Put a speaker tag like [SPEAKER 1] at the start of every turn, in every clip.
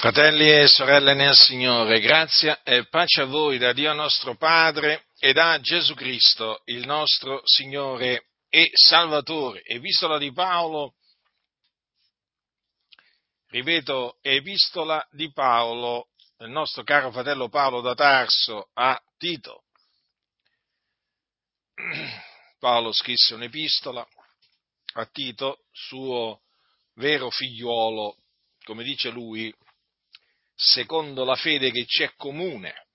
[SPEAKER 1] Fratelli e sorelle nel Signore, grazia e pace a voi da Dio nostro Padre e da Gesù Cristo, il nostro Signore e Salvatore. Epistola di Paolo, ripeto, epistola di Paolo, del nostro caro fratello Paolo da Tarso a Tito. Paolo scrisse un'epistola a Tito, suo vero figliuolo, come dice lui, secondo la fede che c'è comune.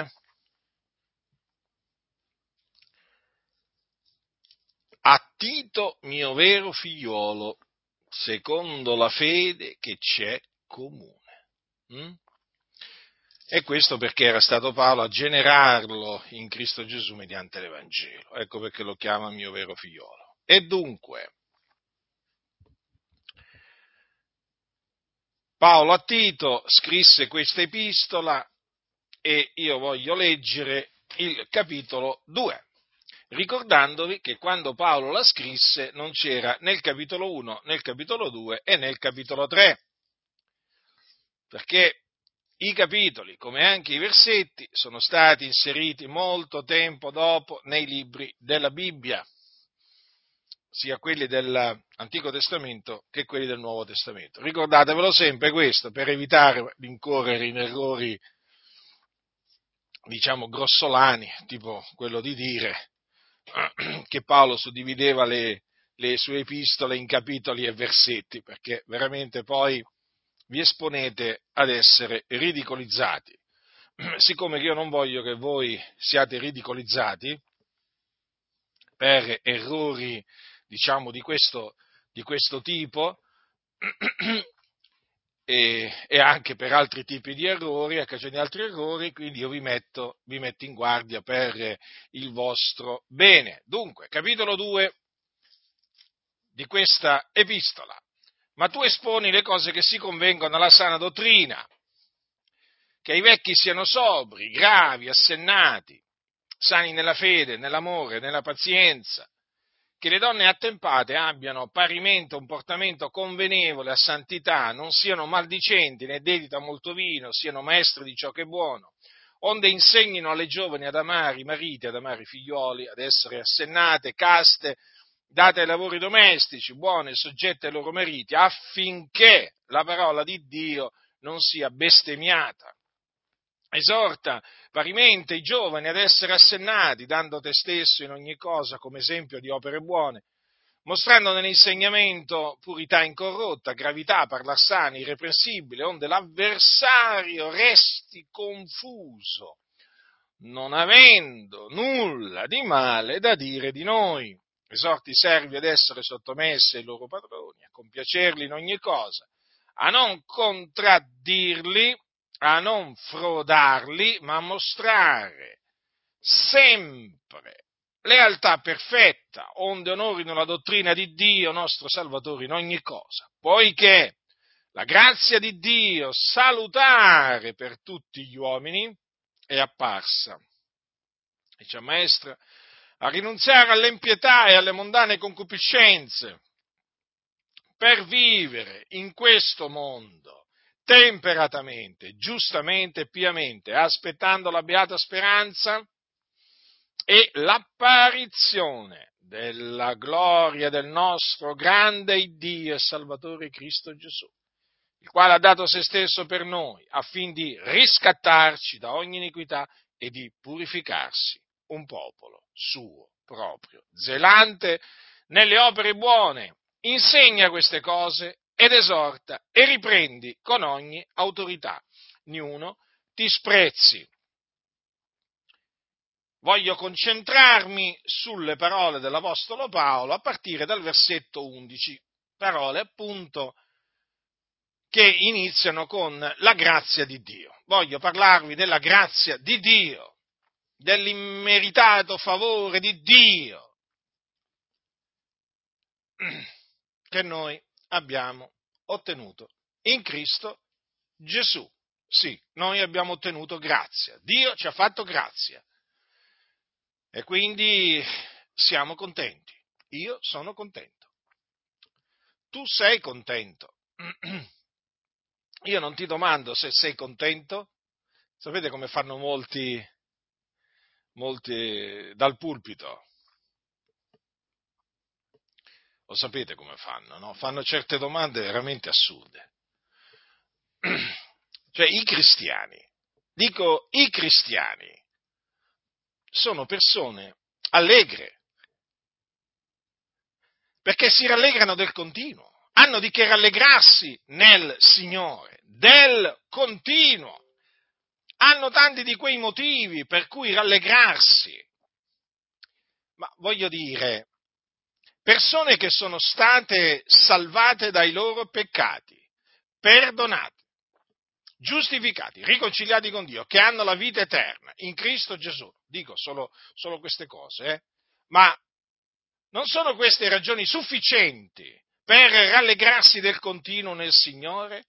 [SPEAKER 1] A Tito, mio vero figliuolo, secondo la fede che c'è comune. E questo perché era stato Paolo a generarlo in Cristo Gesù mediante l'Evangelo. Ecco perché lo chiama mio vero figliuolo. E dunque, Paolo a Tito scrisse questa epistola e io voglio leggere il capitolo 2, ricordandovi che quando Paolo la scrisse non c'era nel capitolo 1, nel capitolo 2 e nel capitolo 3, perché i capitoli, come anche i versetti, sono stati inseriti molto tempo dopo nei libri della Bibbia, sia quelli dell'Antico Testamento che quelli del Nuovo Testamento. Ricordatevelo sempre questo, per evitare di incorrere in errori, diciamo, grossolani, tipo quello di dire che Paolo suddivideva le sue epistole in capitoli e versetti, perché veramente poi vi esponete ad essere ridicolizzati. Siccome io non voglio che voi siate ridicolizzati per errori, diciamo, di questo tipo, e anche per altri tipi di errori, a cagione di altri errori, quindi io vi metto in guardia per il vostro bene. Dunque, capitolo 2 di questa epistola. Ma tu esponi le cose che si convengono alla sana dottrina, che i vecchi siano sobri, gravi, assennati, sani nella fede, nell'amore, nella pazienza, che le donne attempate abbiano parimenti un portamento convenevole a santità, non siano maldicenti né dedite a molto vino, siano maestri di ciò che è buono, onde insegnino alle giovani ad amare i mariti, ad amare i figlioli, ad essere assennate, caste, date ai lavori domestici, buone, soggette ai loro mariti, affinché la parola di Dio non sia bestemmiata. Esorta parimente i giovani ad essere assennati, dando te stesso in ogni cosa come esempio di opere buone, mostrando nell'insegnamento purità incorrotta, gravità, parlar sani, irreprensibile, onde l'avversario resti confuso, non avendo nulla di male da dire di noi. Esorti i servi ad essere sottomessi ai loro padroni, a compiacerli in ogni cosa, a non contraddirli, a non frodarli, ma a mostrare sempre lealtà perfetta, onde onorino la dottrina di Dio, nostro Salvatore, in ogni cosa, poiché la grazia di Dio, salutare per tutti gli uomini, è apparsa e ci ammaestra a rinunziare all'impietà e alle mondane concupiscenze, per vivere in questo mondo temperatamente, giustamente e piamente, aspettando la beata speranza e l'apparizione della gloria del nostro grande Dio e Salvatore Cristo Gesù, il quale ha dato se stesso per noi, affin di riscattarci da ogni iniquità e di purificarsi un popolo suo proprio, zelante nelle opere buone. Insegna queste cose ed esorta e riprendi con ogni autorità. Niuno ti sprezzi. Voglio concentrarmi sulle parole dell'Apostolo Paolo a partire dal versetto 11, parole appunto che iniziano con la grazia di Dio. Voglio parlarvi della grazia di Dio, dell'immeritato favore di Dio che noi abbiamo ottenuto in Cristo Gesù. Sì, noi abbiamo ottenuto grazia. Dio ci ha fatto grazia. E quindi siamo contenti. Io sono contento. Tu sei contento. io non ti domando se sei contento. Sapete come fanno molti dal pulpito? Lo sapete come fanno, no? Fanno certe domande veramente assurde. Cioè, i cristiani, dico i cristiani, sono persone allegre, perché si rallegrano del continuo, hanno di che rallegrarsi nel Signore, del continuo, hanno tanti di quei motivi per cui rallegrarsi. Ma voglio dire, persone che sono state salvate dai loro peccati, perdonate, giustificati, riconciliati con Dio, che hanno la vita eterna in Cristo Gesù. Dico solo queste cose, ma non sono queste ragioni sufficienti per rallegrarsi del continuo nel Signore?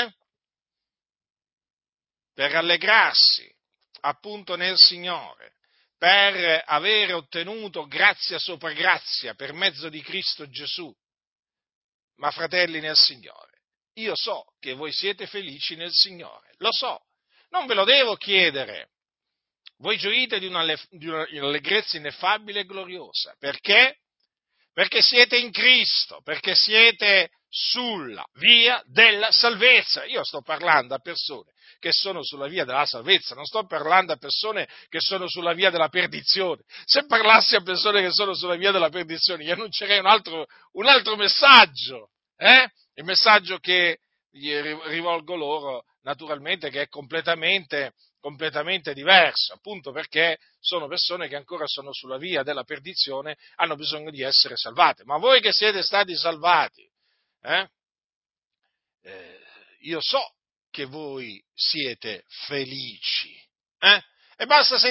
[SPEAKER 1] Per rallegrarsi appunto nel Signore, per avere ottenuto grazia sopra grazia per mezzo di Cristo Gesù. Ma fratelli nel Signore, io so che voi siete felici nel Signore, lo so, non ve lo devo chiedere. Voi gioite di un'allegrezza ineffabile e gloriosa. Perché? Perché siete in Cristo, perché siete sulla via della salvezza. Io sto parlando a persone che sono sulla via della salvezza, non sto parlando a persone che sono sulla via della perdizione. Se parlassi a persone che sono sulla via della perdizione, gli annuncerei un altro messaggio, il messaggio che rivolgo loro, naturalmente, che è completamente diverso, appunto perché sono persone che ancora sono sulla via della perdizione, hanno bisogno di essere salvate. Ma voi che siete stati salvati, eh, io so che voi siete felici, e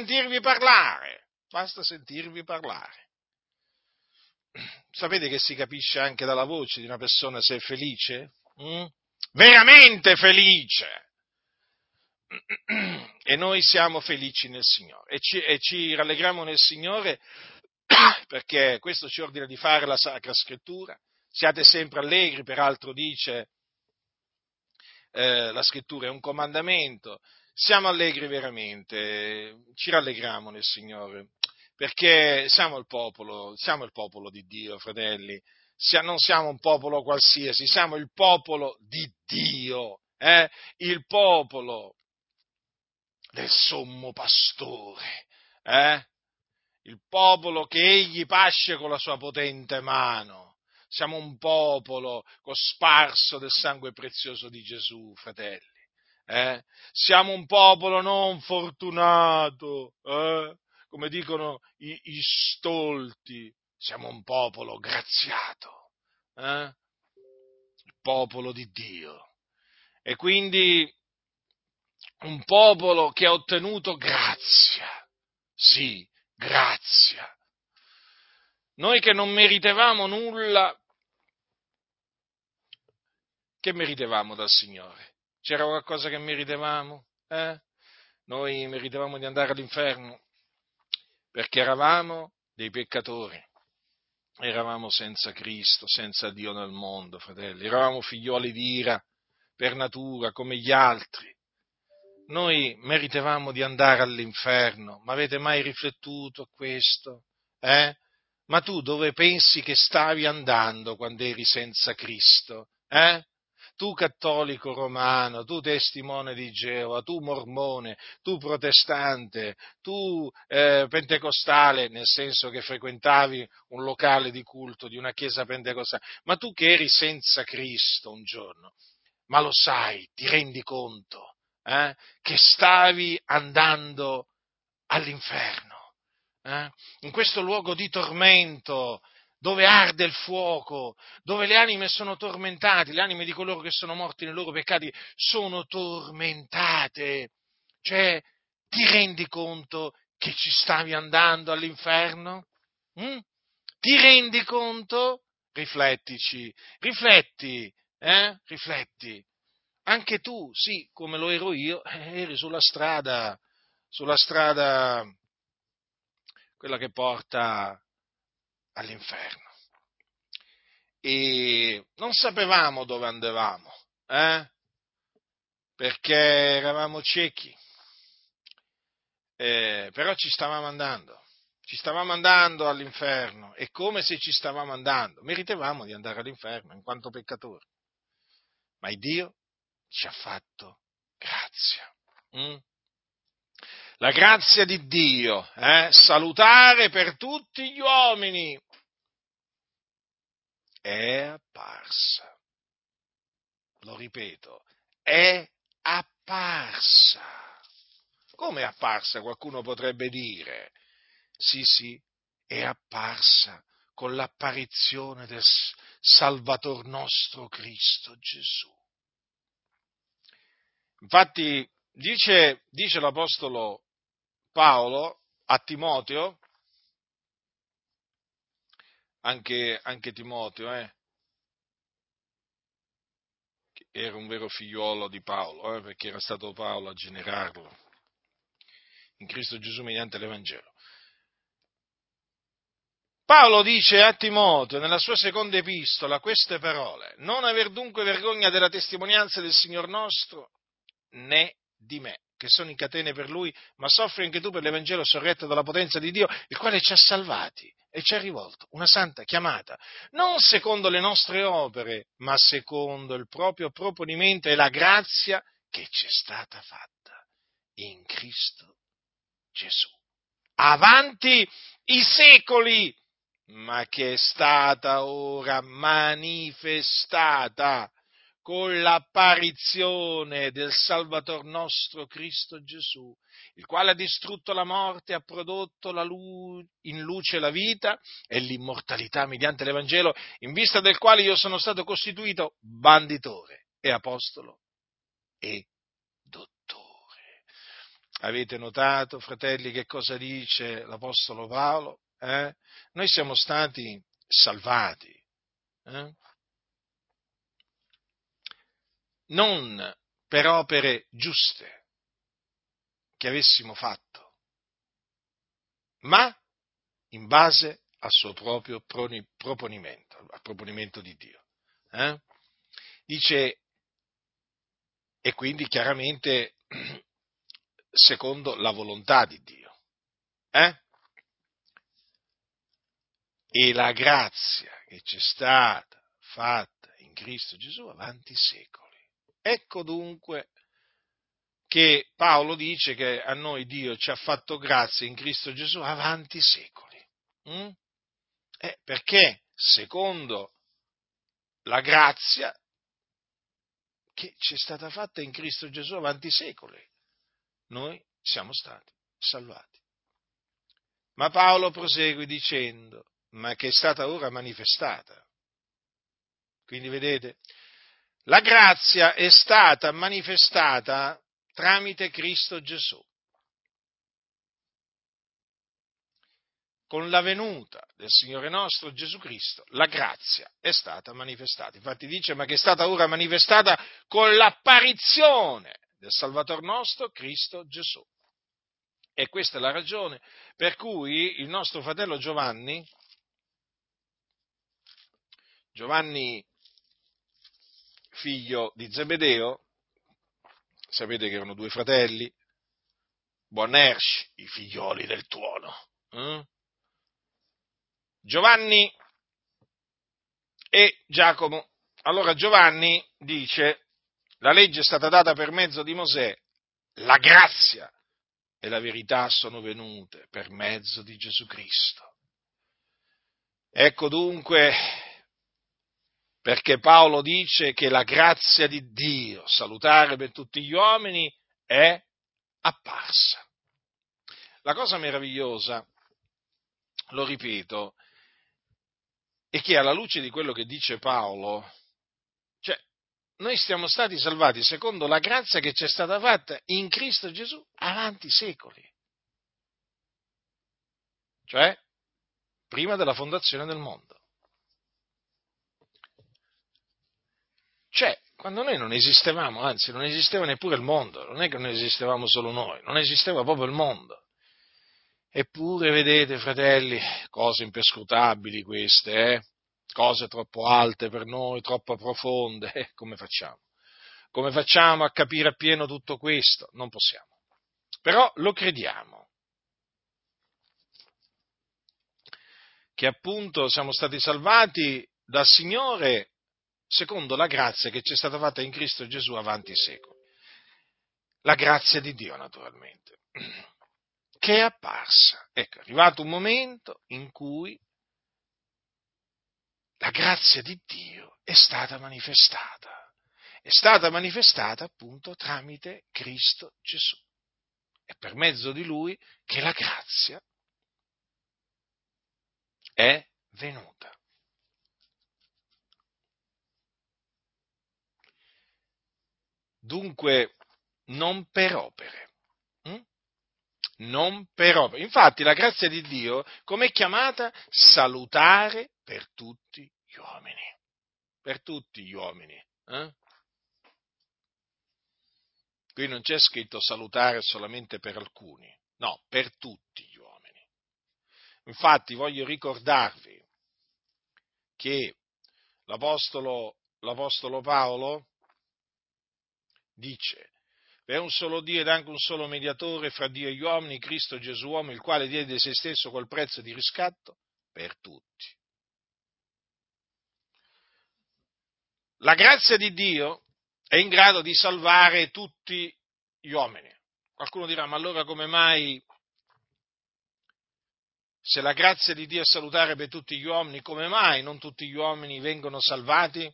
[SPEAKER 1] basta sentirvi parlare. Sapete che si capisce anche dalla voce di una persona se è felice? Veramente felice! E noi siamo felici nel Signore e ci rallegriamo nel Signore perché questo ci ordina di fare la Sacra Scrittura. Siate sempre allegri, peraltro dice la Scrittura, è un comandamento. Siamo allegri veramente, ci rallegriamo nel Signore perché siamo il popolo di Dio, fratelli. Non siamo un popolo qualsiasi, siamo il popolo di Dio, il popolo del sommo pastore, il popolo che egli pasce con la sua potente mano. Siamo un popolo cosparso del sangue prezioso di Gesù, fratelli. Siamo un popolo non fortunato, come dicono i stolti. Siamo un popolo graziato, il popolo di Dio. E quindi un popolo che ha ottenuto grazia, sì, grazia. Noi che non meritavamo nulla, che meritavamo dal Signore? C'era qualcosa che meritavamo? Noi meritavamo di andare all'inferno perché eravamo dei peccatori, eravamo senza Cristo, senza Dio nel mondo, fratelli, eravamo figlioli di ira per natura come gli altri. Noi meritavamo di andare all'inferno, ma avete mai riflettuto a questo? Ma tu dove pensi che stavi andando quando eri senza Cristo? Tu cattolico romano, tu testimone di Geova, tu mormone, tu protestante, tu pentecostale, nel senso che frequentavi un locale di culto di una chiesa pentecostale, ma tu che eri senza Cristo un giorno, ma lo sai, ti rendi conto? Che stavi andando all'inferno, in questo luogo di tormento, dove arde il fuoco, dove le anime sono tormentate, le anime di coloro che sono morti nei loro peccati sono tormentate. Cioè, ti rendi conto che ci stavi andando all'inferno? Mm? Ti rendi conto? Riflettici, rifletti. Anche tu, sì, come lo ero io, eri sulla strada, quella che porta all'inferno. E non sapevamo dove andavamo, perché eravamo ciechi, però ci stavamo andando all'inferno, e come se ci stavamo andando, meritevamo di andare all'inferno in quanto peccatori, ma il Dio ci ha fatto grazia. La grazia di Dio, salutare per tutti gli uomini, è apparsa. Lo ripeto, è apparsa. Come è apparsa? Qualcuno potrebbe dire. Sì, è apparsa con l'apparizione del Salvator nostro Cristo Gesù. Infatti dice l'Apostolo Paolo a Timoteo, anche Timoteo, che era un vero figliuolo di Paolo, perché era stato Paolo a generarlo in Cristo Gesù mediante l'Evangelo. Paolo dice a Timoteo, nella sua seconda epistola, queste parole: non aver dunque vergogna della testimonianza del Signor nostro, né di me, che sono in catene per Lui, ma soffri anche tu per l'Evangelo sorretto dalla potenza di Dio, il quale ci ha salvati e ci ha rivolto una santa chiamata, non secondo le nostre opere, ma secondo il proprio proponimento e la grazia che ci è stata fatta in Cristo Gesù. Avanti i secoli, ma che è stata ora manifestata con l'apparizione del Salvator nostro Cristo Gesù, il quale ha distrutto la morte e ha prodotto in luce la vita e l'immortalità mediante l'Evangelo, in vista del quale io sono stato costituito banditore e apostolo e dottore. Avete notato, fratelli, che cosa dice l'Apostolo Paolo? Noi siamo stati salvati, non per opere giuste che avessimo fatto, ma in base al suo proprio proponimento, al proponimento di Dio. Dice, e quindi chiaramente secondo la volontà di Dio. E la grazia che ci è stata fatta in Cristo Gesù avanti i secoli. Ecco dunque che Paolo dice che a noi Dio ci ha fatto grazia in Cristo Gesù avanti i secoli. Perché secondo la grazia che ci è stata fatta in Cristo Gesù avanti i secoli, noi siamo stati salvati. Ma Paolo prosegue dicendo, ma che è stata ora manifestata. Quindi vedete, la grazia è stata manifestata tramite Cristo Gesù. Con la venuta del Signore nostro Gesù Cristo, la grazia è stata manifestata. Infatti dice, ma che è stata ora manifestata con l'apparizione del Salvator nostro Cristo Gesù. E questa è la ragione per cui il nostro fratello Giovanni, figlio di Zebedeo, sapete che erano due fratelli, Boanerges, i figlioli del tuono, Giovanni e Giacomo. Allora Giovanni dice, la legge è stata data per mezzo di Mosè, la grazia e la verità sono venute per mezzo di Gesù Cristo. Ecco dunque perché Paolo dice che la grazia di Dio, salutare per tutti gli uomini, è apparsa. La cosa meravigliosa, lo ripeto, è che alla luce di quello che dice Paolo, cioè, noi siamo stati salvati secondo la grazia che ci è stata fatta in Cristo Gesù avanti i secoli. Cioè, prima della fondazione del mondo. Cioè, quando noi non esistevamo, anzi non esisteva neppure il mondo, non è che non esistevamo solo noi, non esisteva proprio il mondo. Eppure, vedete, fratelli, cose imperscrutabili queste, cose troppo alte per noi, troppo profonde, come facciamo? Come facciamo a capire appieno tutto questo? Non possiamo. Però lo crediamo, che appunto siamo stati salvati dal Signore secondo la grazia che ci è stata fatta in Cristo Gesù avanti i secoli. La grazia di Dio, naturalmente, che è apparsa. Ecco, è arrivato un momento in cui la grazia di Dio è stata manifestata. È stata manifestata appunto tramite Cristo Gesù. È per mezzo di Lui che la grazia è venuta. Dunque, non per opere. Non per opere. Infatti la grazia di Dio, com'è chiamata? Salutare per tutti gli uomini. Per tutti gli uomini. Qui non c'è scritto salutare solamente per alcuni, no, per tutti gli uomini. Infatti voglio ricordarvi che l'Apostolo Paolo dice: "Vi è un solo Dio ed anche un solo mediatore fra Dio e gli uomini, Cristo Gesù uomo, il quale diede se stesso col prezzo di riscatto per tutti." La grazia di Dio è in grado di salvare tutti gli uomini. Qualcuno dirà: ma allora come mai, se la grazia di Dio è salutare per tutti gli uomini, come mai non tutti gli uomini vengono salvati?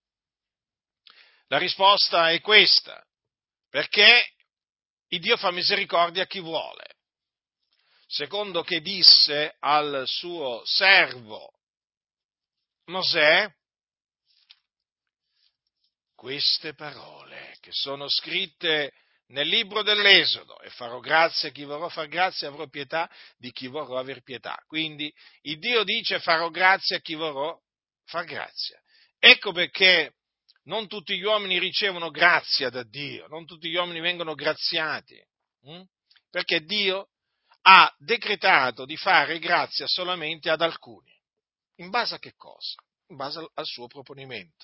[SPEAKER 1] La risposta è questa: perché il Dio fa misericordia a chi vuole. Secondo che disse al suo servo Mosè queste parole che sono scritte nel libro dell'Esodo: e farò grazia a chi vorrò far grazia, avrò pietà di chi vorrò aver pietà. Quindi il Dio dice: farò grazia a chi vorrò far grazia. Ecco perché non tutti gli uomini ricevono grazia da Dio, non tutti gli uomini vengono graziati, perché Dio ha decretato di fare grazia solamente ad alcuni. In base a che cosa? In base al suo proponimento.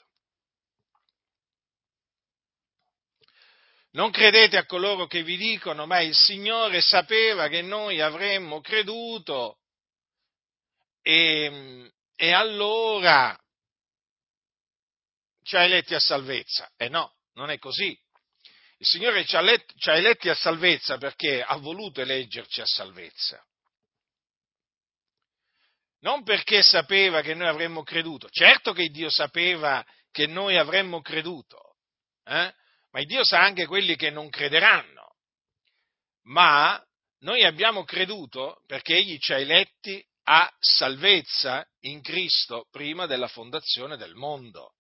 [SPEAKER 1] Non credete a coloro che vi dicono: ma il Signore sapeva che noi avremmo creduto e allora ci ha eletti a salvezza. E no, non è così. Il Signore ci ha eletti a salvezza perché ha voluto eleggerci a salvezza. Non perché sapeva che noi avremmo creduto. Certo che Dio sapeva che noi avremmo creduto, ma Dio sa anche quelli che non crederanno. Ma noi abbiamo creduto perché Egli ci ha eletti a salvezza in Cristo prima della fondazione del mondo.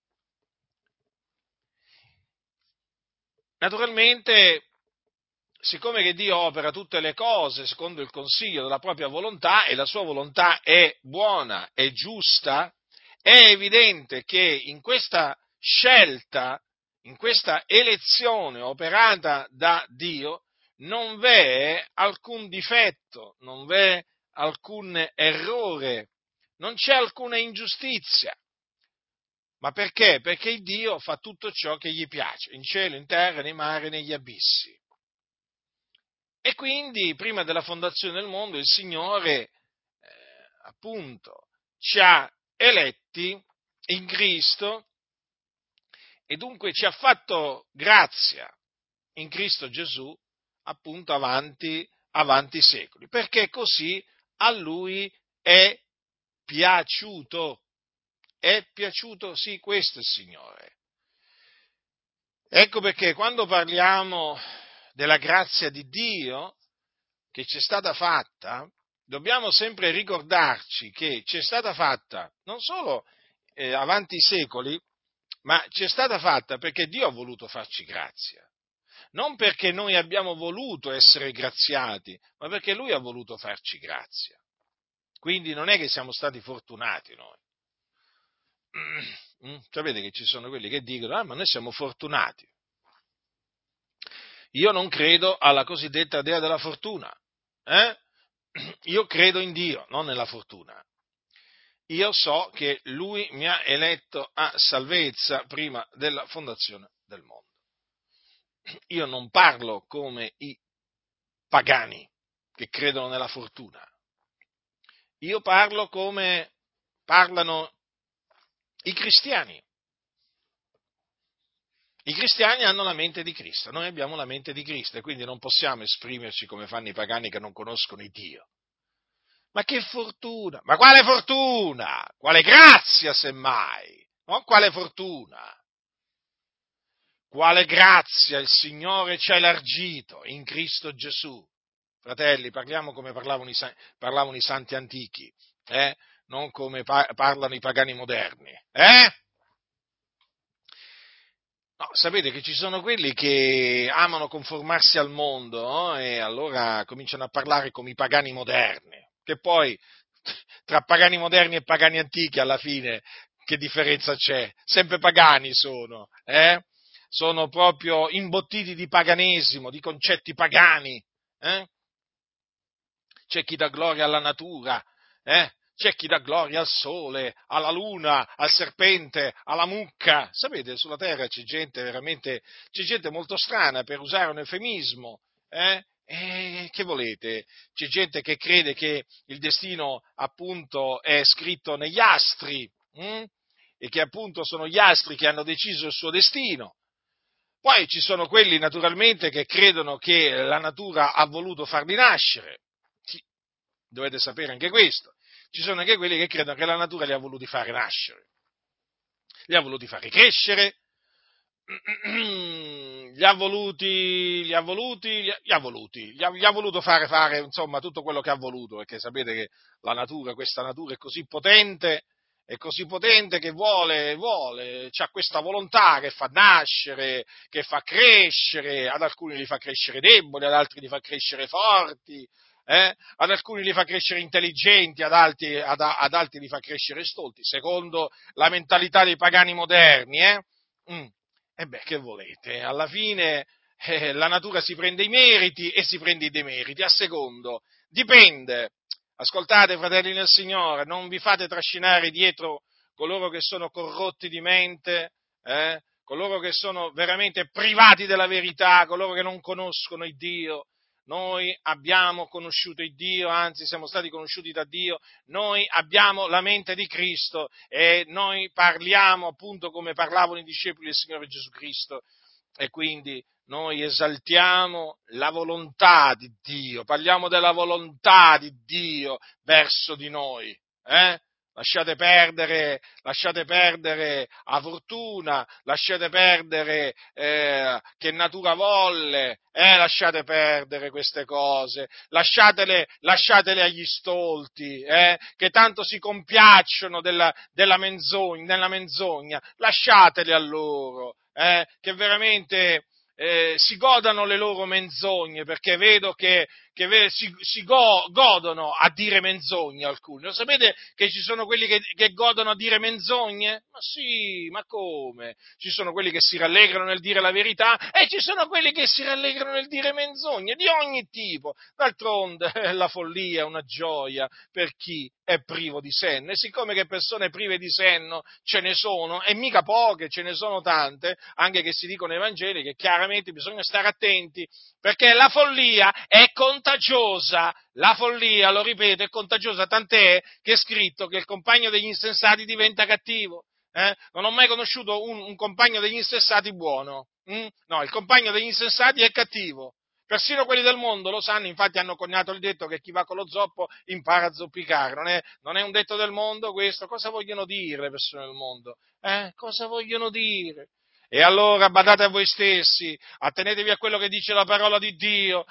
[SPEAKER 1] Naturalmente, siccome che Dio opera tutte le cose secondo il consiglio della propria volontà, e la sua volontà è buona e giusta, è evidente che in questa scelta, in questa elezione operata da Dio, non v'è alcun difetto, non v'è alcun errore, non c'è alcuna ingiustizia. Ma perché? Perché Dio fa tutto ciò che gli piace, in cielo, in terra, nei mari, negli abissi. E quindi, prima della fondazione del mondo, il Signore, appunto, ci ha eletti in Cristo e dunque ci ha fatto grazia in Cristo Gesù, appunto, avanti i secoli, perché così a Lui è piaciuto. È piaciuto, sì, questo è il Signore. Ecco perché quando parliamo della grazia di Dio che ci è stata fatta, dobbiamo sempre ricordarci che ci è stata fatta non solo avanti i secoli, ma ci è stata fatta perché Dio ha voluto farci grazia. Non perché noi abbiamo voluto essere graziati, ma perché Lui ha voluto farci grazia. Quindi non è che siamo stati fortunati noi. Sapete che ci sono quelli che dicono: ma noi siamo fortunati. Io non credo alla cosiddetta dea della fortuna. Io credo in Dio, non nella fortuna. Io so che Lui mi ha eletto a salvezza prima della fondazione del mondo. io non parlo come i pagani che credono nella fortuna, io parlo come parlano i cristiani. I cristiani hanno la mente di Cristo, noi abbiamo la mente di Cristo e quindi non possiamo esprimerci come fanno i pagani che non conoscono il Dio. Ma che fortuna! Ma quale fortuna? Quale grazia, semmai? Non quale fortuna? Quale grazia il Signore ci ha elargito in Cristo Gesù. Fratelli, parliamo come parlavano i santi antichi, non come parlano i pagani moderni. No, sapete che ci sono quelli che amano conformarsi al mondo, no? E allora cominciano a parlare come i pagani moderni, che poi tra pagani moderni e pagani antichi alla fine che differenza c'è? Sempre pagani sono, eh? Sono proprio imbottiti di paganesimo, di concetti pagani, eh? C'è chi dà gloria alla natura, c'è chi dà gloria al sole, alla luna, al serpente, alla mucca. Sapete, sulla terra c'è gente molto strana, per usare un eufemismo, E che volete? C'è gente che crede che il destino appunto è scritto negli astri, e che appunto sono gli astri che hanno deciso il suo destino. Poi ci sono quelli naturalmente che credono che la natura ha voluto farli nascere. Sì, dovete sapere anche questo. Ci sono anche quelli che credono che la natura li ha voluti fare nascere, li ha voluti fare crescere, gli ha voluto fare insomma tutto quello che ha voluto, perché sapete che questa natura è così potente che c'ha questa volontà che fa nascere, che fa crescere, ad alcuni li fa crescere deboli, ad altri li fa crescere forti, ad alcuni li fa crescere intelligenti, ad altri li fa crescere stolti, secondo la mentalità dei pagani moderni, Mm. E beh, che volete? Alla fine la natura si prende i meriti e si prende i demeriti, a secondo. Dipende. Ascoltate, fratelli nel Signore, non vi fate trascinare dietro coloro che sono corrotti di mente, coloro che sono veramente privati della verità, coloro che non conoscono il Dio. Noi abbiamo conosciuto il Dio, anzi siamo stati conosciuti da Dio, noi abbiamo la mente di Cristo e noi parliamo appunto come parlavano i discepoli del Signore Gesù Cristo e quindi noi esaltiamo la volontà di Dio, parliamo della volontà di Dio verso di noi, Lasciate perdere a fortuna, lasciate perdere che natura volle, lasciate perdere queste cose, lasciatele agli stolti, che tanto si compiacciono della menzogna, lasciatele a loro, che veramente si godano le loro menzogne, perché vedo che godono a dire menzogne alcuni. Lo sapete che ci sono quelli che godono a dire menzogne? Ma sì, ma come? Ci sono quelli che si rallegrano nel dire la verità e ci sono quelli che si rallegrano nel dire menzogne di ogni tipo. D'altronde la follia è una gioia per chi è privo di senno e siccome che persone prive di senno ce ne sono e mica poche, ce ne sono tante, anche che si dicono evangeliche, chiaramente bisogna stare attenti perché la follia è contagiosa, la follia, lo ripeto, è contagiosa, tant'è che è scritto che il compagno degli insensati diventa cattivo. Non ho mai conosciuto un compagno degli insensati buono. No, il compagno degli insensati è cattivo. Persino quelli del mondo lo sanno, infatti hanno coniato il detto che chi va con lo zoppo impara a zoppicare. Non è un detto del mondo questo? Cosa vogliono dire le persone del mondo? Cosa vogliono dire? E allora badate a voi stessi, attenetevi a quello che dice la parola di Dio,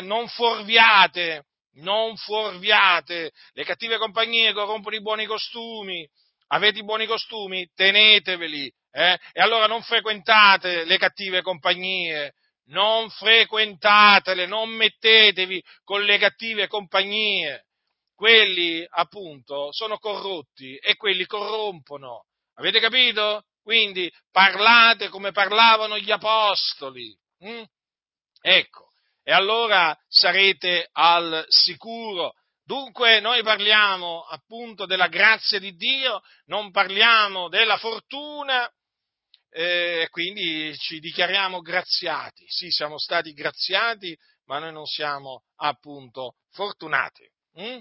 [SPEAKER 1] non fuorviate, le cattive compagnie corrompono i buoni costumi, avete i buoni costumi, teneteveli, e allora non frequentate le cattive compagnie, non frequentatele, non mettetevi con le cattive compagnie, quelli appunto sono corrotti e quelli corrompono. Avete capito? Quindi parlate come parlavano gli apostoli. Ecco, e allora sarete al sicuro. Dunque noi parliamo appunto della grazia di Dio, non parliamo della fortuna, quindi ci dichiariamo graziati. Sì, siamo stati graziati, ma noi non siamo appunto fortunati.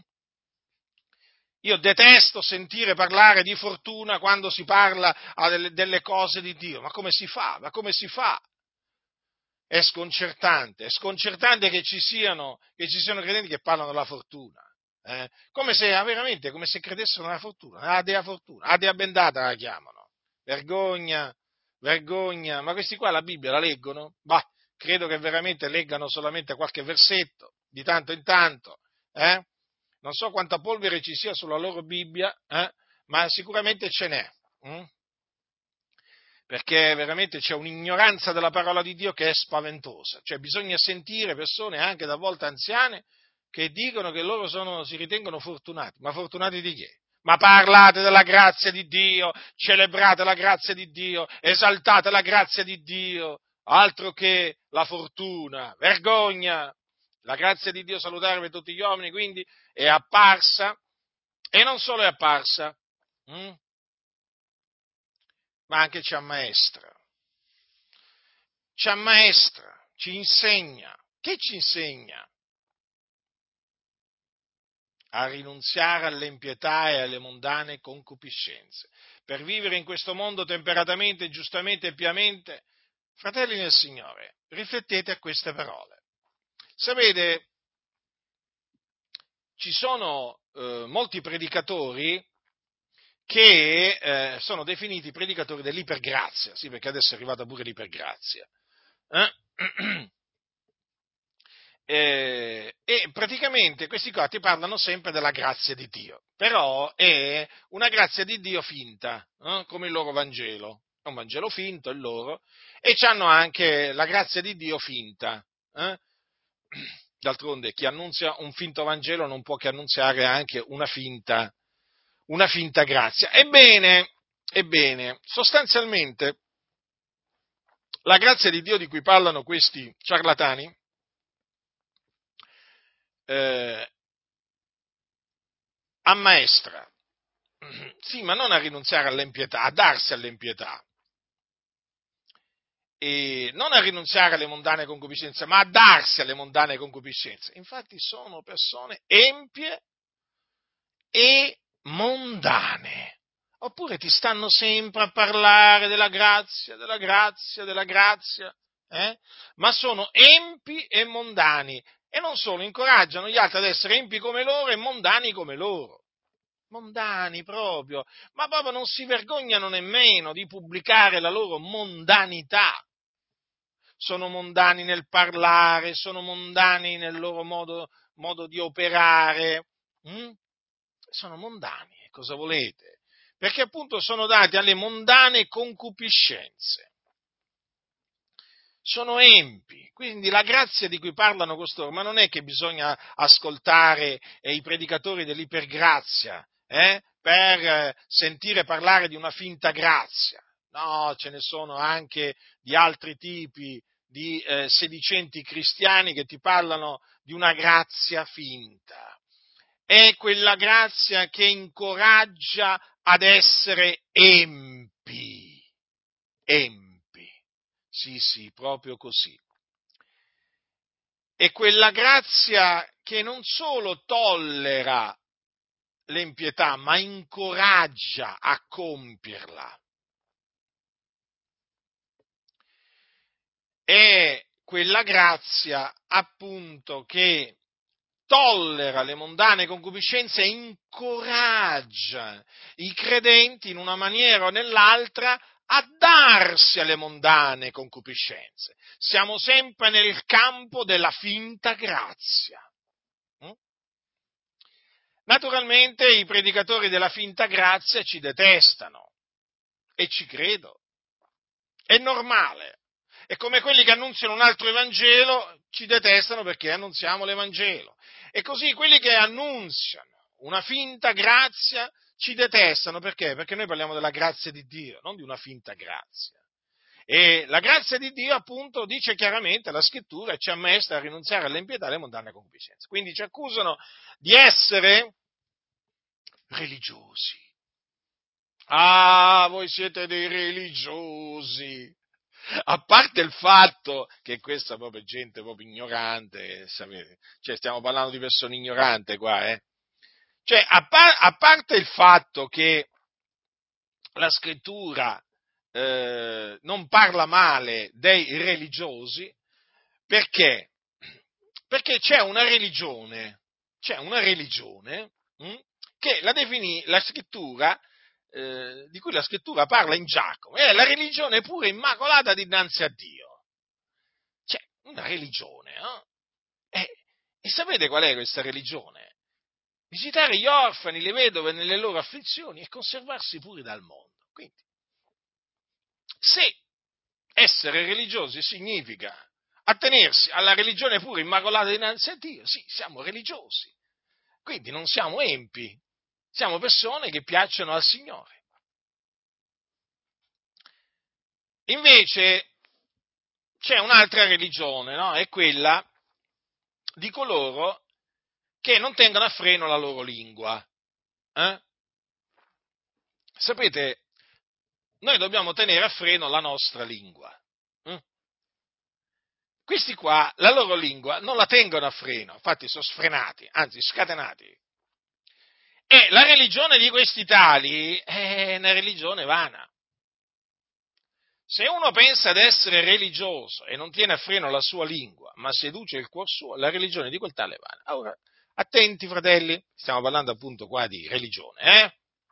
[SPEAKER 1] Io detesto sentire parlare di fortuna quando si parla delle cose di Dio. Ma come si fa? Ma come si fa? È sconcertante che ci siano credenti che parlano della fortuna. Veramente, come se credessero nella fortuna, la dea bendata la chiamano. Vergogna, vergogna. Ma questi qua la Bibbia la leggono? Bah, credo che veramente leggano solamente qualche versetto, di tanto in tanto, eh? Non so quanta polvere ci sia sulla loro Bibbia, ma sicuramente ce n'è. Perché veramente c'è un'ignoranza della parola di Dio che è spaventosa. Cioè bisogna sentire persone anche da volte anziane che dicono che loro si ritengono fortunati. Ma fortunati di che? Ma parlate della grazia di Dio, celebrate la grazia di Dio, esaltate la grazia di Dio, altro che la fortuna, vergogna. La grazia di Dio salutare per tutti gli uomini, quindi, è apparsa, e non solo è apparsa, ma anche ci ammaestra, ci insegna. Che ci insegna? A rinunziare all'impietà e alle mondane concupiscenze, per vivere in questo mondo temperatamente, giustamente e piamente. Fratelli nel Signore, riflettete a queste parole. Sapete, ci sono molti predicatori che sono definiti predicatori dell'ipergrazia, sì, perché adesso è arrivata pure l'ipergrazia. E praticamente questi qua ti parlano sempre della grazia di Dio, però è una grazia di Dio finta, come il loro Vangelo, è un Vangelo finto il loro, e hanno anche la grazia di Dio finta. D'altronde chi annunzia un finto Vangelo non può che annunziare anche una finta grazia. Ebbene, sostanzialmente la grazia di Dio di cui parlano questi ciarlatani ammaestra, sì, ma non a rinunziare all'impietà, a darsi all'impietà, e non a rinunziare alle mondane concupiscenze, ma a darsi alle mondane concupiscenze. Infatti sono persone empie e mondane. Oppure ti stanno sempre a parlare della grazia, della grazia, della grazia, ma sono empi e mondani. E non solo, incoraggiano gli altri ad essere empi come loro e mondani come loro. Mondani proprio, ma proprio non si vergognano nemmeno di pubblicare la loro mondanità. Sono mondani nel parlare, sono mondani nel loro modo di operare. Sono mondani, cosa volete? Perché appunto sono dati alle mondane concupiscenze. Sono empi, quindi la grazia di cui parlano costoro, ma non è che bisogna ascoltare i predicatori dell'ipergrazia per sentire parlare di una finta grazia. No, ce ne sono anche di altri tipi di sedicenti cristiani che ti parlano di una grazia finta. È quella grazia che incoraggia ad essere empi. Empi. Sì, proprio così. È quella grazia che non solo tollera l'impietà, ma incoraggia a compierla. È quella grazia, appunto, che tollera le mondane concupiscenze e incoraggia i credenti in una maniera o nell'altra a darsi alle mondane concupiscenze. Siamo sempre nel campo della finta grazia. Naturalmente i predicatori della finta grazia ci detestano e ci credo. È normale. È come quelli che annunziano un altro Evangelo ci detestano perché annunziamo l'Evangelo. E così quelli che annunziano una finta grazia ci detestano perché? Perché noi parliamo della grazia di Dio, non di una finta grazia. E la grazia di Dio, appunto, dice chiaramente la Scrittura e ci ammaestra a rinunziare all'impietà e alle mondane concupiscenze. Quindi ci accusano di essere religiosi. Ah, voi siete dei religiosi. A parte il fatto che questa è proprio gente proprio ignorante, sapete? Cioè stiamo parlando di persone ignoranti qua, eh? Cioè, a parte il fatto che la scrittura non parla male dei religiosi, perché? Perché c'è una religione che la scrittura, di cui la scrittura parla in Giacomo, è la religione pure immacolata dinanzi a Dio. C'è una religione, no? E sapete qual è questa religione? Visitare gli orfani, le vedove nelle loro afflizioni e conservarsi puri dal mondo. Quindi, se essere religiosi significa attenersi alla religione pure immacolata dinanzi a Dio, sì, siamo religiosi. Quindi non siamo empi, siamo persone che piacciono al Signore. Invece c'è un'altra religione, no? È quella di coloro che non tengono a freno la loro lingua. Eh? Sapete, noi dobbiamo tenere a freno la nostra lingua. Mm? Questi qua, la loro lingua, non la tengono a freno, infatti sono sfrenati, anzi scatenati. E la religione di questi tali è una religione vana. Se uno pensa ad essere religioso e non tiene a freno la sua lingua, ma seduce il cuor suo, la religione di quel tale è vana. Ora, attenti fratelli, stiamo parlando appunto qua di religione, eh?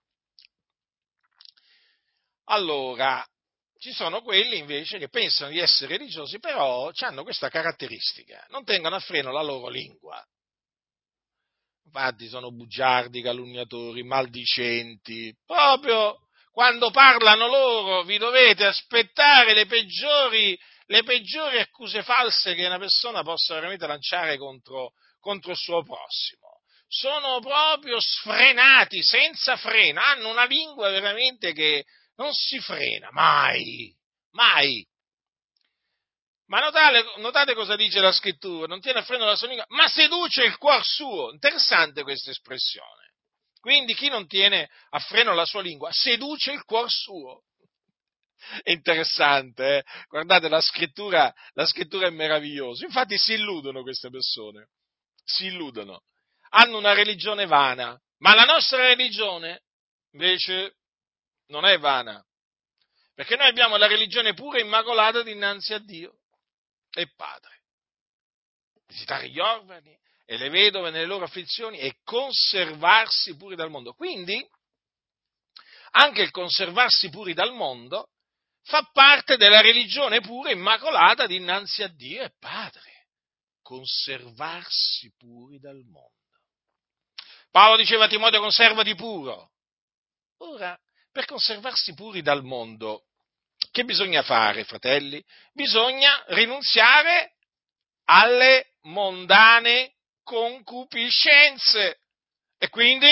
[SPEAKER 1] Allora, ci sono quelli invece che pensano di essere religiosi, però hanno questa caratteristica, non tengono a freno la loro lingua. Infatti sono bugiardi, calunniatori, maldicenti, proprio quando parlano loro vi dovete aspettare le peggiori accuse false che una persona possa veramente lanciare contro il suo prossimo. Sono proprio sfrenati, senza freno, hanno una lingua veramente che non si frena, mai, mai. Ma notate cosa dice la scrittura, non tiene a freno la sua lingua, ma seduce il cuor suo. Interessante questa espressione. Quindi chi non tiene a freno la sua lingua, seduce il cuor suo. È interessante, eh? Guardate, la scrittura è meravigliosa. Infatti si illudono queste persone, si illudono. Hanno una religione vana, ma la nostra religione invece non è vana, perché noi abbiamo la religione pura e immacolata dinanzi a Dio e Padre. Visitare gli orfani e le vedove nelle loro afflizioni e conservarsi puri dal mondo. Quindi, anche il conservarsi puri dal mondo fa parte della religione pura e immacolata dinanzi a Dio e Padre. Conservarsi puri dal mondo. Paolo diceva a Timoteo: conservati puro. Ora, per conservarsi puri dal mondo, che bisogna fare, fratelli? Bisogna rinunziare alle mondane concupiscenze. E quindi?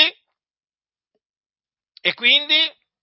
[SPEAKER 1] E quindi?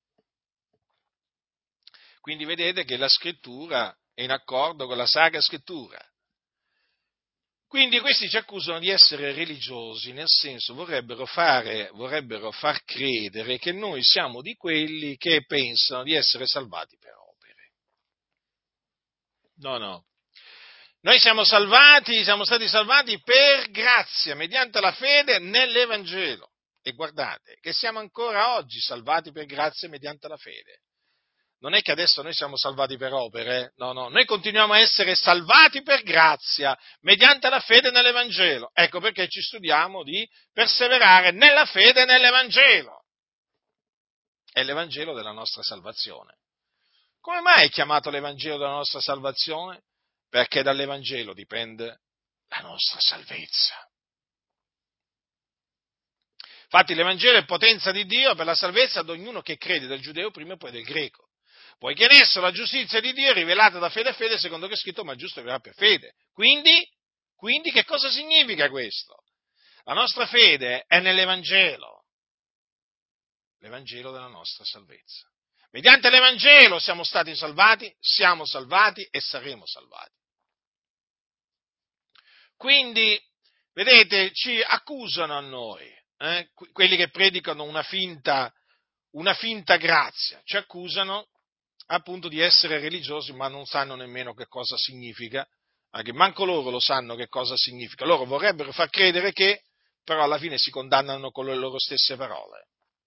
[SPEAKER 1] Quindi vedete che la scrittura è in accordo con la Sacra Scrittura. Quindi questi ci accusano di essere religiosi, nel senso vorrebbero far credere che noi siamo di quelli che pensano di essere salvati per opere. No, no. Noi siamo stati salvati per grazia, mediante la fede nell'Evangelo. E guardate, che siamo ancora oggi salvati per grazia mediante la fede. Non è che adesso noi siamo salvati per opere, no, no, noi continuiamo a essere salvati per grazia, mediante la fede nell'Evangelo. Ecco perché ci studiamo di perseverare nella fede nell'Evangelo. È l'Evangelo della nostra salvazione. Come mai è chiamato l'Evangelo della nostra salvazione? Perché dall'Evangelo dipende la nostra salvezza. Infatti l'Evangelo è potenza di Dio per la salvezza ad ognuno che crede, del giudeo prima e poi del greco. Poiché in esso la giustizia di Dio è rivelata da fede a fede, secondo che è scritto: ma il giusto vivrà per fede. Quindi che cosa significa questo? La nostra fede è nell'Evangelo, l'Evangelo della nostra salvezza. Mediante l'Evangelo siamo stati salvati, siamo salvati e saremo salvati. Quindi, vedete, ci accusano a noi, quelli che predicano una finta una finta grazia, ci accusano appunto di essere religiosi, ma non sanno nemmeno che cosa significa, anche manco loro lo sanno che cosa significa. Loro vorrebbero far credere che, però alla fine si condannano con le loro stesse parole.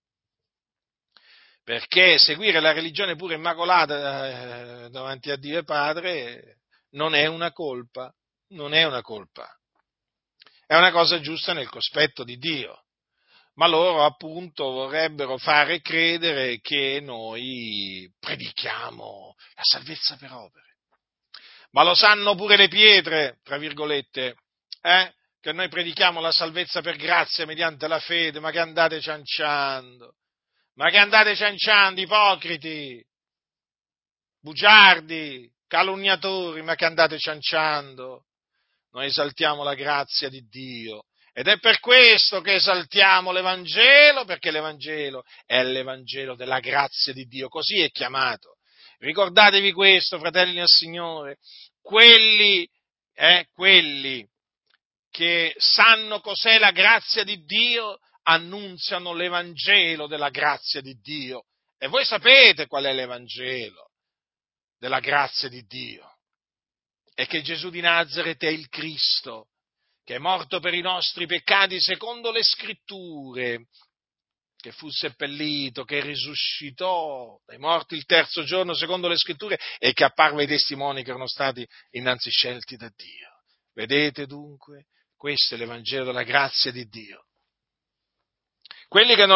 [SPEAKER 1] Perché seguire la religione pure immacolata davanti a Dio e Padre non è una colpa, non è una colpa, è una cosa giusta nel cospetto di Dio. Ma loro appunto vorrebbero fare credere che noi predichiamo la salvezza per opere. Ma lo sanno pure le pietre, tra virgolette, che noi predichiamo la salvezza per grazia mediante la fede, ma che andate cianciando? Ma che andate cianciando, ipocriti, bugiardi, calunniatori, ma che andate cianciando? Noi esaltiamo la grazia di Dio. Ed è per questo che esaltiamo l'Evangelo, perché l'Evangelo è l'Evangelo della grazia di Dio, così è chiamato. Ricordatevi questo, fratelli del Signore, quelli che sanno cos'è la grazia di Dio, annunziano l'Evangelo della grazia di Dio. E voi sapete qual è l'Evangelo della grazia di Dio? È che Gesù di Nazaret è il Cristo, che è morto per i nostri peccati secondo le Scritture, che fu seppellito, che risuscitò dai morti il terzo giorno secondo le Scritture e che apparve ai testimoni che erano stati innanzi scelti da Dio. Vedete dunque? Questo è l'Evangelo della grazia di Dio. Quelli che non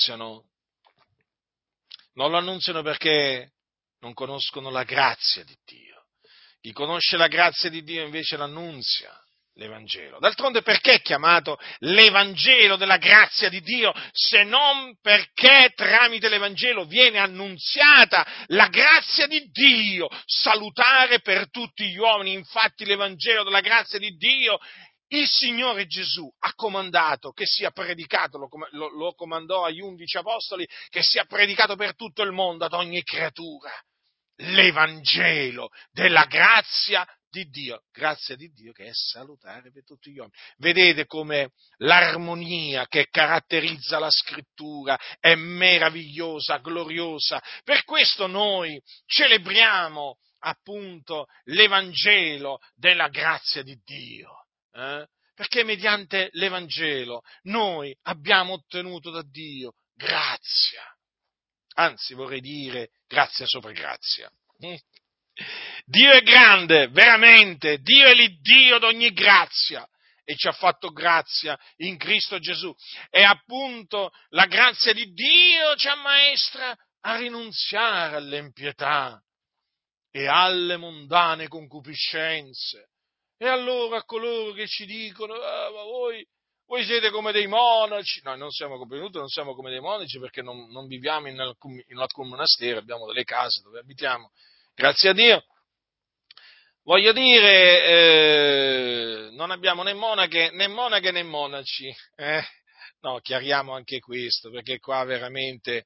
[SPEAKER 1] lo annunziano perché non conoscono la grazia di Dio. Chi conosce la grazia di Dio invece l'annunzia l'Evangelo. D'altronde perché è chiamato l'Evangelo della grazia di Dio, se non perché tramite l'Evangelo viene annunziata la grazia di Dio, salutare per tutti gli uomini. Infatti l'Evangelo della grazia di Dio il Signore Gesù ha comandato che sia predicato, lo comandò agli 11 apostoli, che sia predicato per tutto il mondo, ad ogni creatura, l'Evangelo della grazia di Dio che è salutare per tutti gli uomini. Vedete come l'armonia che caratterizza la Scrittura è meravigliosa, gloriosa. Per questo noi celebriamo appunto l'Evangelo della grazia di Dio. Perché mediante l'Evangelo noi abbiamo ottenuto da Dio grazia, anzi vorrei dire grazia sopra grazia. Dio è grande, veramente, Dio è l'Iddio d'ogni grazia e ci ha fatto grazia in Cristo Gesù. E appunto la grazia di Dio ci ammaestra a rinunziare all'impietà e alle mondane concupiscenze. E allora a coloro che ci dicono, ma voi siete come dei monaci, noi non siamo come dei monaci perché non viviamo in alcun monastero, abbiamo delle case dove abitiamo, grazie a Dio. Voglio dire, non abbiamo né monache né monaci, no, chiariamo anche questo, perché qua veramente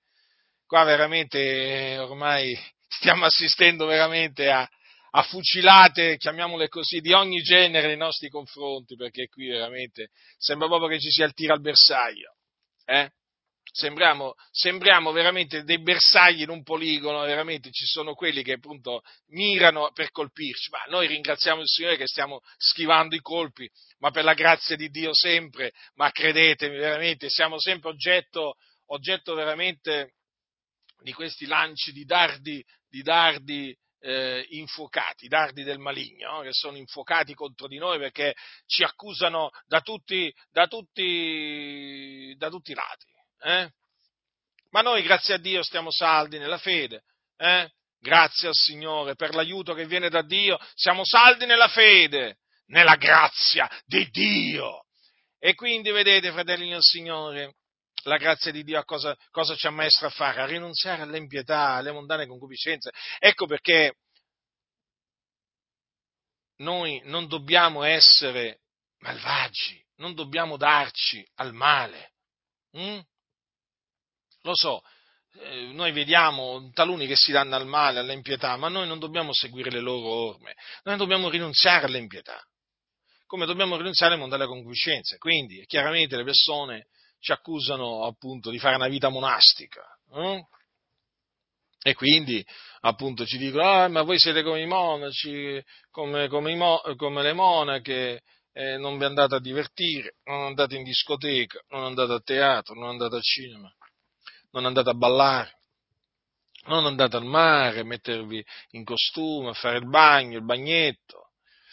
[SPEAKER 1] ormai stiamo assistendo veramente a fucilate, chiamiamole così, di ogni genere nei nostri confronti, perché qui veramente sembra proprio che ci sia il tiro al bersaglio, eh? Sembriamo veramente dei bersagli in un poligono, veramente ci sono quelli che appunto mirano per colpirci, ma noi ringraziamo il Signore che stiamo schivando i colpi, ma per la grazia di Dio sempre, ma credetemi veramente, siamo sempre oggetto veramente di questi lanci di dardi infuocati, dardi del maligno, no? Che sono infuocati contro di noi perché ci accusano da tutti i lati. Ma noi, grazie a Dio, stiamo saldi nella fede. Grazie al Signore per l'aiuto che viene da Dio, siamo saldi nella fede, nella grazia di Dio. E quindi, vedete, fratelli del Signore, la grazia di Dio a cosa ci ammaestra a fare? A rinunziare all'impietà, alle mondane concupiscenze. Ecco perché noi non dobbiamo essere malvagi, non dobbiamo darci al male. Lo so, noi vediamo taluni che si danno al male, all'impietà, ma noi non dobbiamo seguire le loro orme, noi dobbiamo rinunziare all'impietà, come dobbiamo rinunziare al mondo della concupiscenza. Quindi, chiaramente le persone ci accusano appunto di fare una vita monastica, Mm? E quindi, appunto, ci dicono, ma voi siete come i monaci, come le monache, non vi andate a divertire, non andate in discoteca, non andate a teatro, non andate al cinema, non andate a ballare, non andate al mare, a mettervi in costume, a fare il bagno, il bagnetto.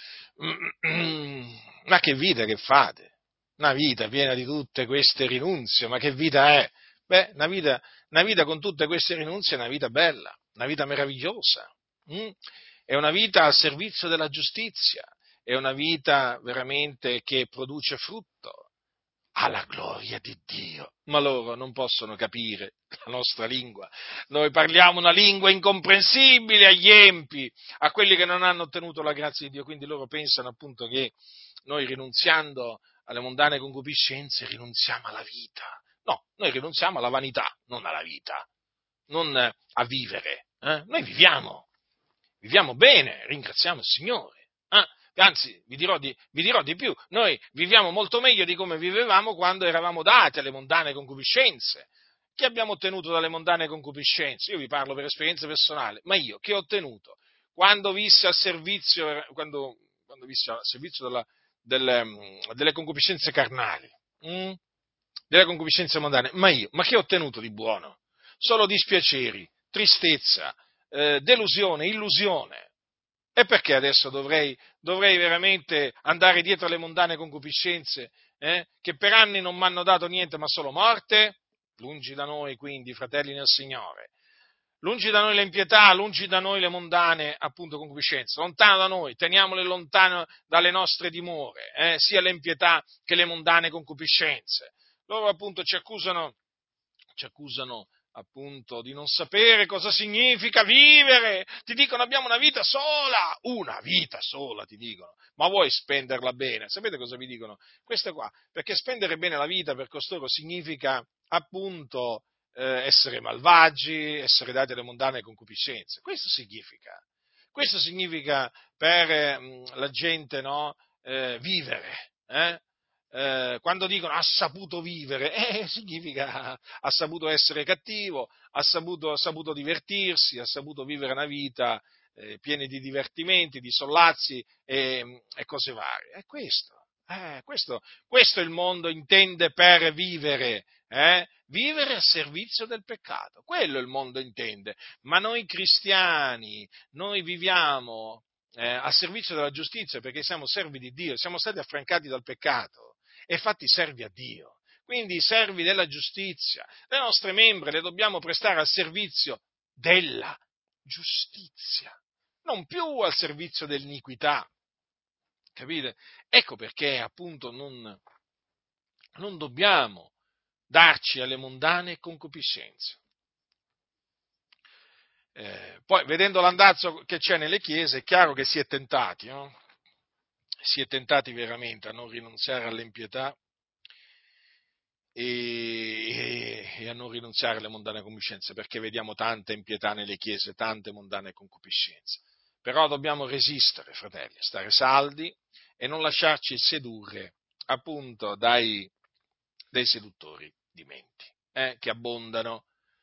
[SPEAKER 1] Ma che vita che fate? Una vita piena di tutte queste rinunzie, ma che vita è? Beh, una vita con tutte queste rinunzie è una vita bella, una vita meravigliosa. mm? È una vita al servizio della giustizia, è una vita veramente che produce frutto alla gloria di Dio. Ma loro non possono capire la nostra lingua. Noi parliamo una lingua incomprensibile agli empi, a quelli che non hanno ottenuto la grazia di Dio, quindi loro pensano appunto che noi rinunziando alle mondane concupiscenze rinunziamo alla vita. No, noi rinunziamo alla vanità, non alla vita, non a vivere. Noi viviamo bene, ringraziamo il Signore. Anzi, vi dirò di più, noi viviamo molto meglio di come vivevamo quando eravamo dati alle mondane concupiscenze. Che abbiamo ottenuto dalle mondane concupiscenze? Io vi parlo per esperienza personale, ma io che ho ottenuto? Quando vissi al servizio, quando vissi al servizio delle concupiscenze carnali, mm? Delle concupiscenze mondane, ma che ho ottenuto di buono? Solo dispiaceri, tristezza, delusione, illusione. E perché adesso dovrei veramente andare dietro alle mondane concupiscenze, che per anni non mi hanno dato niente ma solo morte? Lungi da noi quindi, fratelli nel Signore. Lungi da noi le impietà, lungi da noi le mondane, appunto, concupiscenze. Lontano da noi, teniamole lontano dalle nostre dimore, sia le impietà che le mondane concupiscenze. Loro appunto ci accusano appunto di non sapere cosa significa vivere, ti dicono abbiamo una vita sola ti dicono, ma vuoi spenderla bene? Sapete cosa vi dicono? Questo qua, perché spendere bene la vita per costoro significa appunto essere malvagi, essere dati alle mondane concupiscenze, questo significa per la gente no, vivere, quando dicono ha saputo vivere, significa ha saputo essere cattivo, ha saputo divertirsi, ha saputo vivere una vita piena di divertimenti, di sollazzi e cose varie. È questo il mondo intende per vivere, vivere a servizio del peccato, quello il mondo intende, ma noi cristiani, noi viviamo a servizio della giustizia perché siamo servi di Dio, siamo stati affrancati dal peccato e fatti servi a Dio. Quindi servi della giustizia. Le nostre membra le dobbiamo prestare al servizio della giustizia, non più al servizio dell'iniquità. Capite? Ecco perché appunto non dobbiamo darci alle mondane concupiscenze. Poi, vedendo l'andazzo che c'è nelle chiese, è chiaro che si è tentati, no? Si è tentati veramente a non rinunziare all'impietà e a non rinunziare alle mondane concupiscenze, perché vediamo tanta impietà nelle chiese, tante mondane concupiscenze. Però dobbiamo resistere, fratelli, stare saldi e non lasciarci sedurre appunto dai seduttori di menti, che abbondano.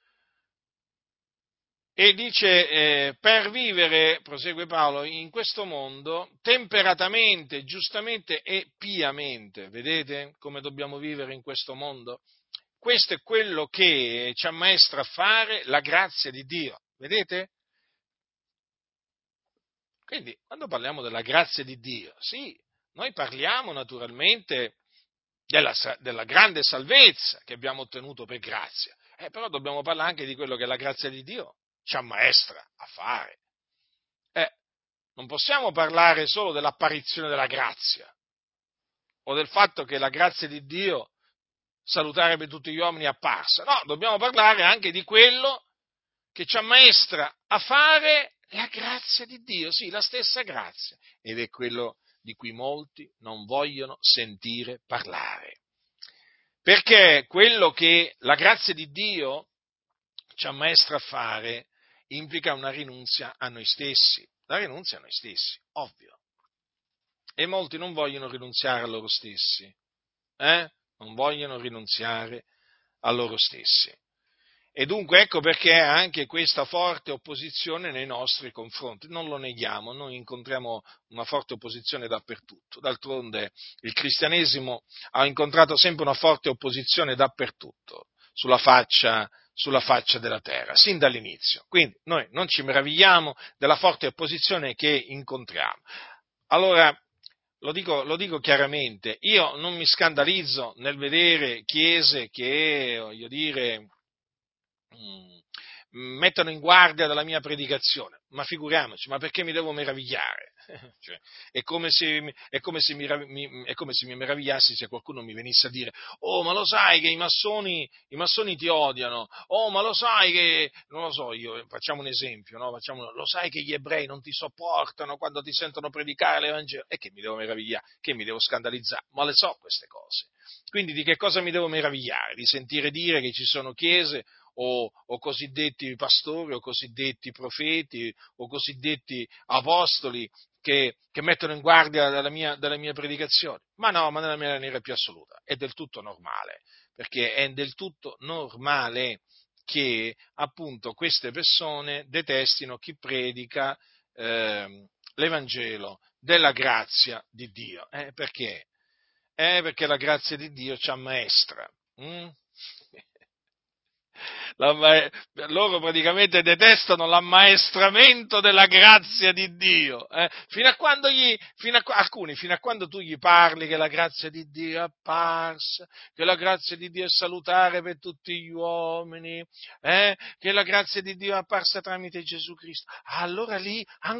[SPEAKER 1] E dice, per vivere, prosegue Paolo, in questo mondo temperatamente, giustamente e piamente. Vedete come dobbiamo vivere in questo mondo? Questo è quello che ci ammaestra a fare la grazia di Dio. Vedete? Quindi, quando parliamo della grazia di Dio, sì, noi parliamo naturalmente della grande salvezza che abbiamo ottenuto per grazia, però dobbiamo parlare anche di quello che la grazia di Dio ci ammaestra a fare. Non possiamo parlare solo dell'apparizione della grazia o del fatto che la grazia di Dio salutare per tutti gli uomini è apparsa. No, dobbiamo parlare anche di quello che ci ammaestra a fare la grazia di Dio, sì, la stessa grazia, ed è quello di cui molti non vogliono sentire parlare. Perché quello che la grazia di Dio ci ammaestra a fare implica una rinunzia a noi stessi, la rinunzia a noi stessi, ovvio. E molti non vogliono rinunziare a loro stessi, Non vogliono rinunziare a loro stessi. E dunque ecco perché anche questa forte opposizione nei nostri confronti. Non lo neghiamo, noi incontriamo una forte opposizione dappertutto. D'altronde il cristianesimo ha incontrato sempre una forte opposizione dappertutto, sulla faccia della terra, sin dall'inizio. Quindi noi non ci meravigliamo della forte opposizione che incontriamo. Allora, lo dico chiaramente, io non mi scandalizzo nel vedere chiese che, voglio dire, mettono in guardia dalla mia predicazione, ma figuriamoci, ma perché mi devo meravigliare? Cioè, è come se mi meravigliassi se qualcuno mi venisse a dire: oh, ma lo sai che i massoni ti odiano, oh, ma lo sai che, non lo so, facciamo un esempio, no? Lo sai che gli ebrei non ti sopportano quando ti sentono predicare l'Evangelo? E che mi devo meravigliare? Che mi devo scandalizzare? Ma le so queste cose. Quindi di che cosa mi devo meravigliare? Di sentire dire che ci sono chiese o cosiddetti pastori, o cosiddetti profeti, o cosiddetti apostoli che mettono in guardia dalle mie predicazioni? Ma no, ma nella maniera più assoluta. È del tutto normale, perché è del tutto normale che appunto queste persone detestino chi predica l'Evangelo della grazia di Dio. Perché? Perché la grazia di Dio ci ammaestra. Mm? Loro praticamente detestano l'ammaestramento della grazia di Dio. Fino a quando tu gli parli che la grazia di Dio è apparsa, che la grazia di Dio è salutare per tutti gli uomini, che la grazia di Dio è apparsa tramite Gesù Cristo, allora lì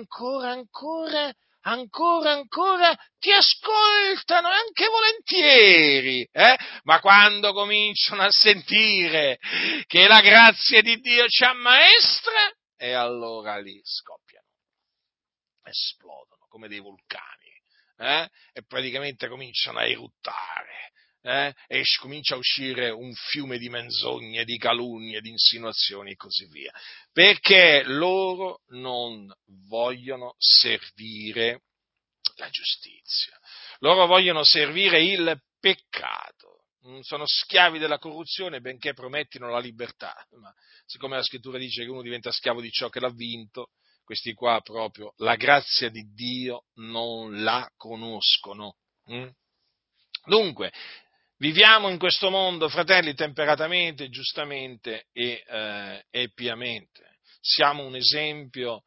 [SPEAKER 1] ancora ti ascoltano anche volentieri, ma quando cominciano a sentire che la grazia di Dio ci ammaestra, e allora lì scoppiano, esplodono come dei vulcani, e praticamente cominciano a eruttare, e comincia a uscire un fiume di menzogne, di calunnie, di insinuazioni e così via, perché loro non vogliono servire la giustizia, loro vogliono servire il peccato. Sono schiavi della corruzione benché promettino la libertà, ma siccome la scrittura dice che uno diventa schiavo di ciò che l'ha vinto, questi qua proprio la grazia di Dio non la conoscono. Dunque, viviamo in questo mondo, fratelli, temperatamente, giustamente e piamente. Siamo un esempio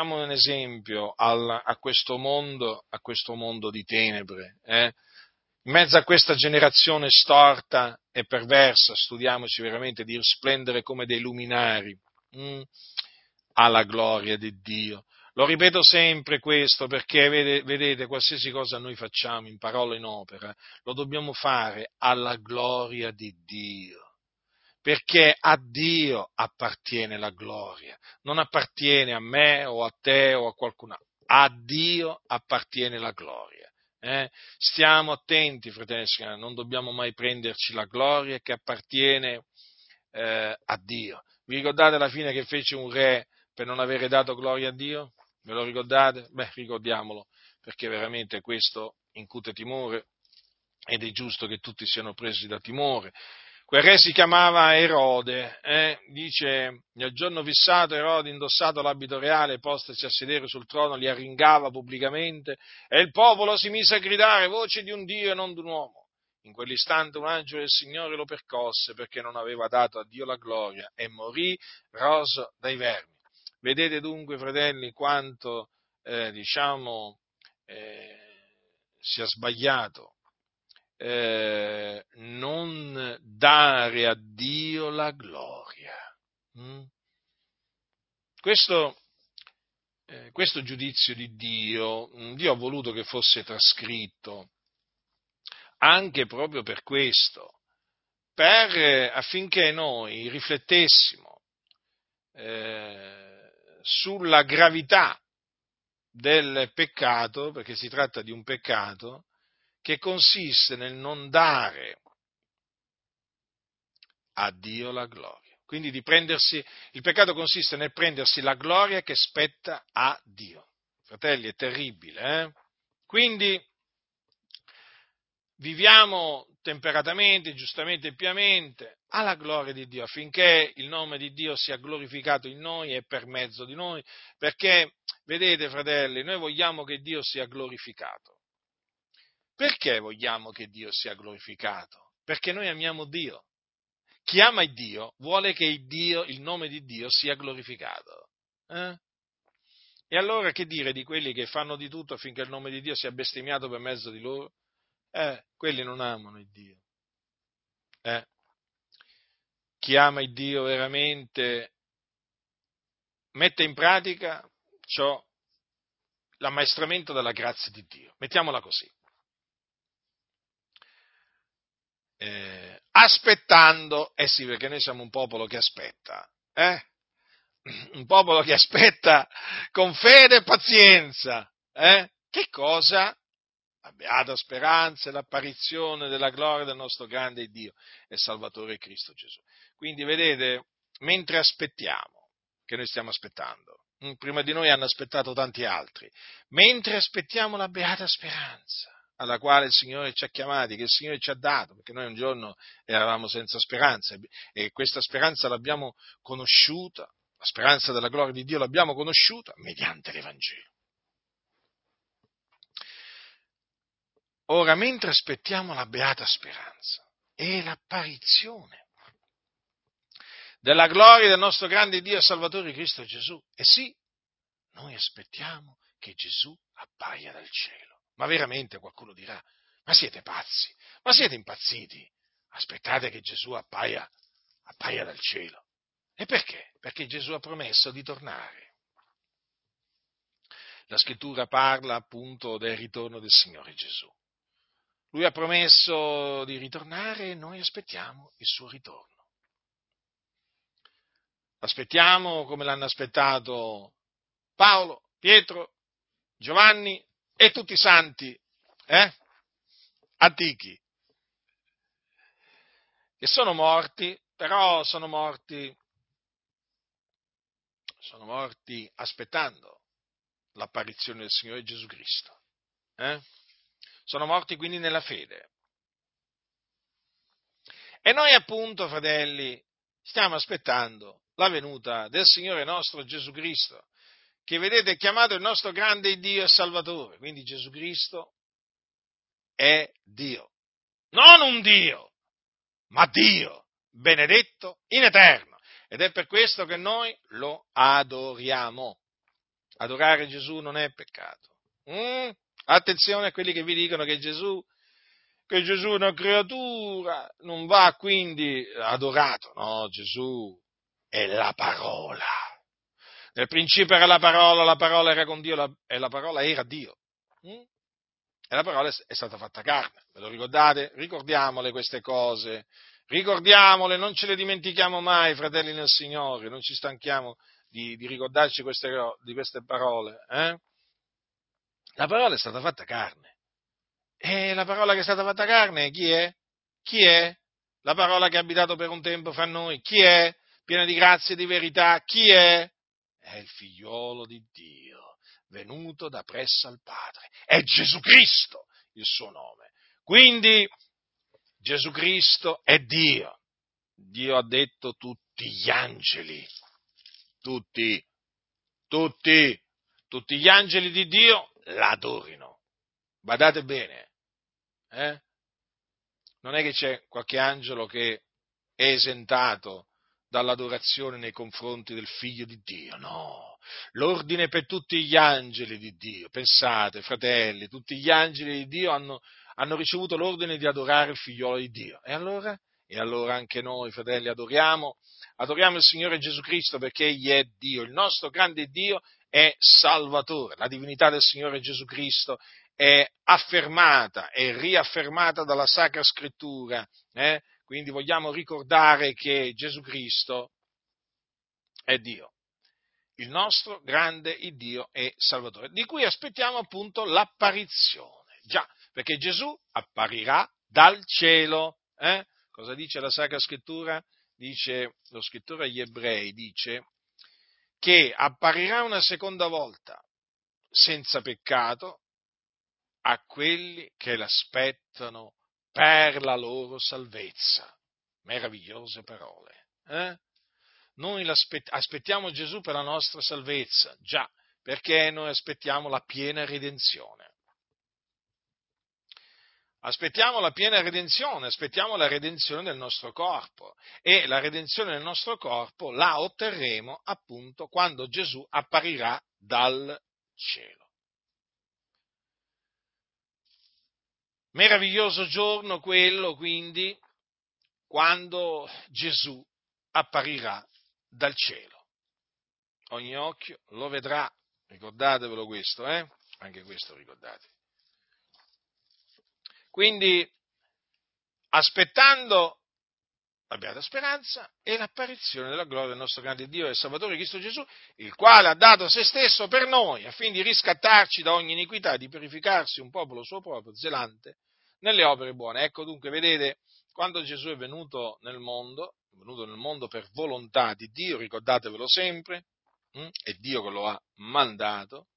[SPEAKER 1] a questo mondo di tenebre. In mezzo a questa generazione storta e perversa, studiamoci veramente di risplendere come dei luminari alla gloria di Dio. Lo ripeto sempre questo perché, vedete, qualsiasi cosa noi facciamo in parola o in opera, lo dobbiamo fare alla gloria di Dio, perché a Dio appartiene la gloria, non appartiene a me o a te o a qualcun altro, a Dio appartiene la gloria. Stiamo attenti, fratelli, non dobbiamo mai prenderci la gloria che appartiene a Dio. Vi ricordate alla fine che fece un re per non avere dato gloria a Dio? Ve lo ricordate? Beh, ricordiamolo, perché veramente questo incute timore ed è giusto che tutti siano presi da timore. Quel re si chiamava Erode, dice, nel giorno fissato Erode, indossato l'abito reale, postasi a sedere sul trono, li arringava pubblicamente e il popolo si mise a gridare voce di un Dio e non di un uomo. In quell'istante un angelo del Signore lo percosse perché non aveva dato a Dio la gloria e morì roso dai vermi. Vedete dunque, fratelli, quanto, eh, sia sbagliato non dare a Dio la gloria. Questo giudizio di Dio, Dio ha voluto che fosse trascritto anche proprio per questo, affinché noi riflettessimo sulla gravità del peccato, perché si tratta di un peccato che consiste nel non dare a Dio la gloria. Quindi il peccato consiste nel prendersi la gloria che spetta a Dio. Fratelli, è terribile, Quindi viviamo temperatamente, giustamente e piamente, alla gloria di Dio, affinché il nome di Dio sia glorificato in noi e per mezzo di noi, perché, vedete, fratelli, noi vogliamo che Dio sia glorificato. Perché vogliamo che Dio sia glorificato? Perché noi amiamo Dio. Chi ama il Dio vuole che il nome di Dio sia glorificato. E allora che dire di quelli che fanno di tutto affinché il nome di Dio sia bestemmiato per mezzo di loro? Quelli non amano il Dio. Chi ama il Dio veramente mette in pratica l'ammaestramento della grazia di Dio. Mettiamola così. Aspettando, sì, perché noi siamo un popolo che aspetta, un popolo che aspetta con fede e pazienza, che cosa? La beata speranza e l'apparizione della gloria del nostro grande Dio e Salvatore Cristo Gesù. Quindi vedete, mentre aspettiamo, che noi stiamo aspettando, prima di noi hanno aspettato tanti altri, mentre aspettiamo la beata speranza alla quale il Signore ci ha chiamati, che il Signore ci ha dato, perché noi un giorno eravamo senza speranza e questa speranza l'abbiamo conosciuta, la speranza della gloria di Dio l'abbiamo conosciuta mediante l'Evangelo. Ora, mentre aspettiamo la beata speranza e l'apparizione della gloria del nostro grande Dio e Salvatore Cristo Gesù, sì, noi aspettiamo che Gesù appaia dal cielo. Ma veramente qualcuno dirà, ma siete pazzi, ma siete impazziti? Aspettate che Gesù appaia dal cielo. E perché? Perché Gesù ha promesso di tornare. La scrittura parla appunto del ritorno del Signore Gesù. Lui ha promesso di ritornare e noi aspettiamo il suo ritorno. Aspettiamo come l'hanno aspettato Paolo, Pietro, Giovanni e tutti i santi antichi, che sono morti, però sono morti aspettando l'apparizione del Signore Gesù Cristo. Sono morti quindi nella fede. E noi appunto, fratelli, stiamo aspettando la venuta del Signore nostro Gesù Cristo, che vedete è chiamato il nostro grande Dio e Salvatore. Quindi Gesù Cristo è Dio. Non un Dio, ma Dio, benedetto in eterno. Ed è per questo che noi lo adoriamo. Adorare Gesù non è peccato. Attenzione a quelli che vi dicono che Gesù è una creatura, non va quindi adorato. No, Gesù è la parola. Nel principio era la parola era con Dio e la parola era Dio. E la parola è stata fatta carne. Ve lo ricordate? Ricordiamole queste cose. Ricordiamole, non ce le dimentichiamo mai, fratelli nel Signore, non ci stanchiamo di ricordarci di queste parole. La parola è stata fatta carne. E la parola che è stata fatta carne, chi è? Chi è? La parola che ha abitato per un tempo fra noi, chi è? Piena di grazia e di verità, chi è? È il figliolo di Dio, venuto da presso al Padre. È Gesù Cristo il suo nome. Quindi Gesù Cristo è Dio. Dio ha detto tutti gli angeli, tutti gli angeli di Dio l'adorino. Badate bene, non è che c'è qualche angelo che è esentato dall'adorazione nei confronti del Figlio di Dio, no, l'ordine per tutti gli angeli di Dio, pensate fratelli, tutti gli angeli di Dio hanno ricevuto l'ordine di adorare il Figliolo di Dio, e allora? E allora anche noi fratelli adoriamo il Signore Gesù Cristo perché Egli è Dio, il nostro grande Dio è Salvatore, la divinità del Signore Gesù Cristo è affermata e riaffermata dalla Sacra Scrittura, quindi vogliamo ricordare che Gesù Cristo è Dio, il nostro grande Dio e Salvatore, di cui aspettiamo appunto l'apparizione, già, perché Gesù apparirà dal cielo, Cosa dice la Sacra Scrittura? Dice, lo scrittore agli Ebrei dice che apparirà una seconda volta senza peccato a quelli che l'aspettano per la loro salvezza. Meravigliose parole. Noi aspettiamo Gesù per la nostra salvezza, già, perché noi aspettiamo la piena redenzione. Aspettiamo la piena redenzione, aspettiamo la redenzione del nostro corpo, e la redenzione del nostro corpo la otterremo appunto quando Gesù apparirà dal cielo. Meraviglioso giorno quello, quindi, quando Gesù apparirà dal cielo. Ogni occhio lo vedrà, ricordatevelo questo, Anche questo ricordate. Quindi, aspettando la beata speranza e l'apparizione della gloria del nostro grande Dio e Salvatore Cristo Gesù, il quale ha dato se stesso per noi, affinché di riscattarci da ogni iniquità e di purificarsi un popolo suo proprio, zelante nelle opere buone. Ecco dunque, vedete, quando Gesù è venuto nel mondo per volontà di Dio, ricordatevelo sempre, è Dio che lo ha mandato.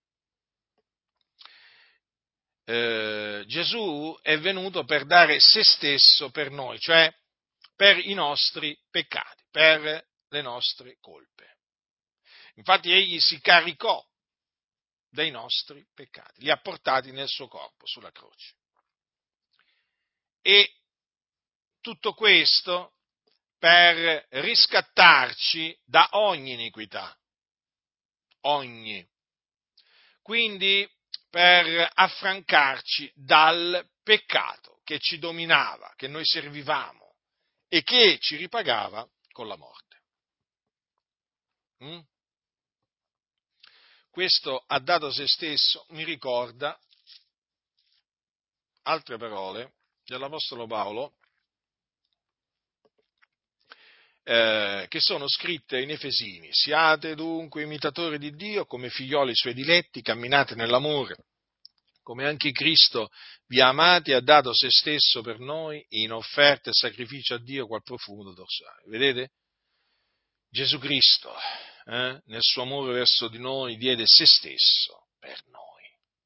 [SPEAKER 1] Gesù è venuto per dare se stesso per noi, cioè per i nostri peccati, per le nostre colpe. Infatti egli si caricò dei nostri peccati, li ha portati nel suo corpo sulla croce. E tutto questo per riscattarci da ogni iniquità, ogni. Quindi per affrancarci dal peccato che ci dominava, che noi servivamo e che ci ripagava con la morte. Questo ha dato se stesso, mi ricorda altre parole dell'Apostolo Paolo che sono scritte in Efesini: siate dunque imitatori di Dio come figlioli suoi diletti, camminate nell'amore, come anche Cristo vi ha amati e ha dato se stesso per noi in offerta e sacrificio a Dio qual profumo d'orsale. Vedete? Gesù Cristo, nel suo amore verso di noi, diede se stesso per noi,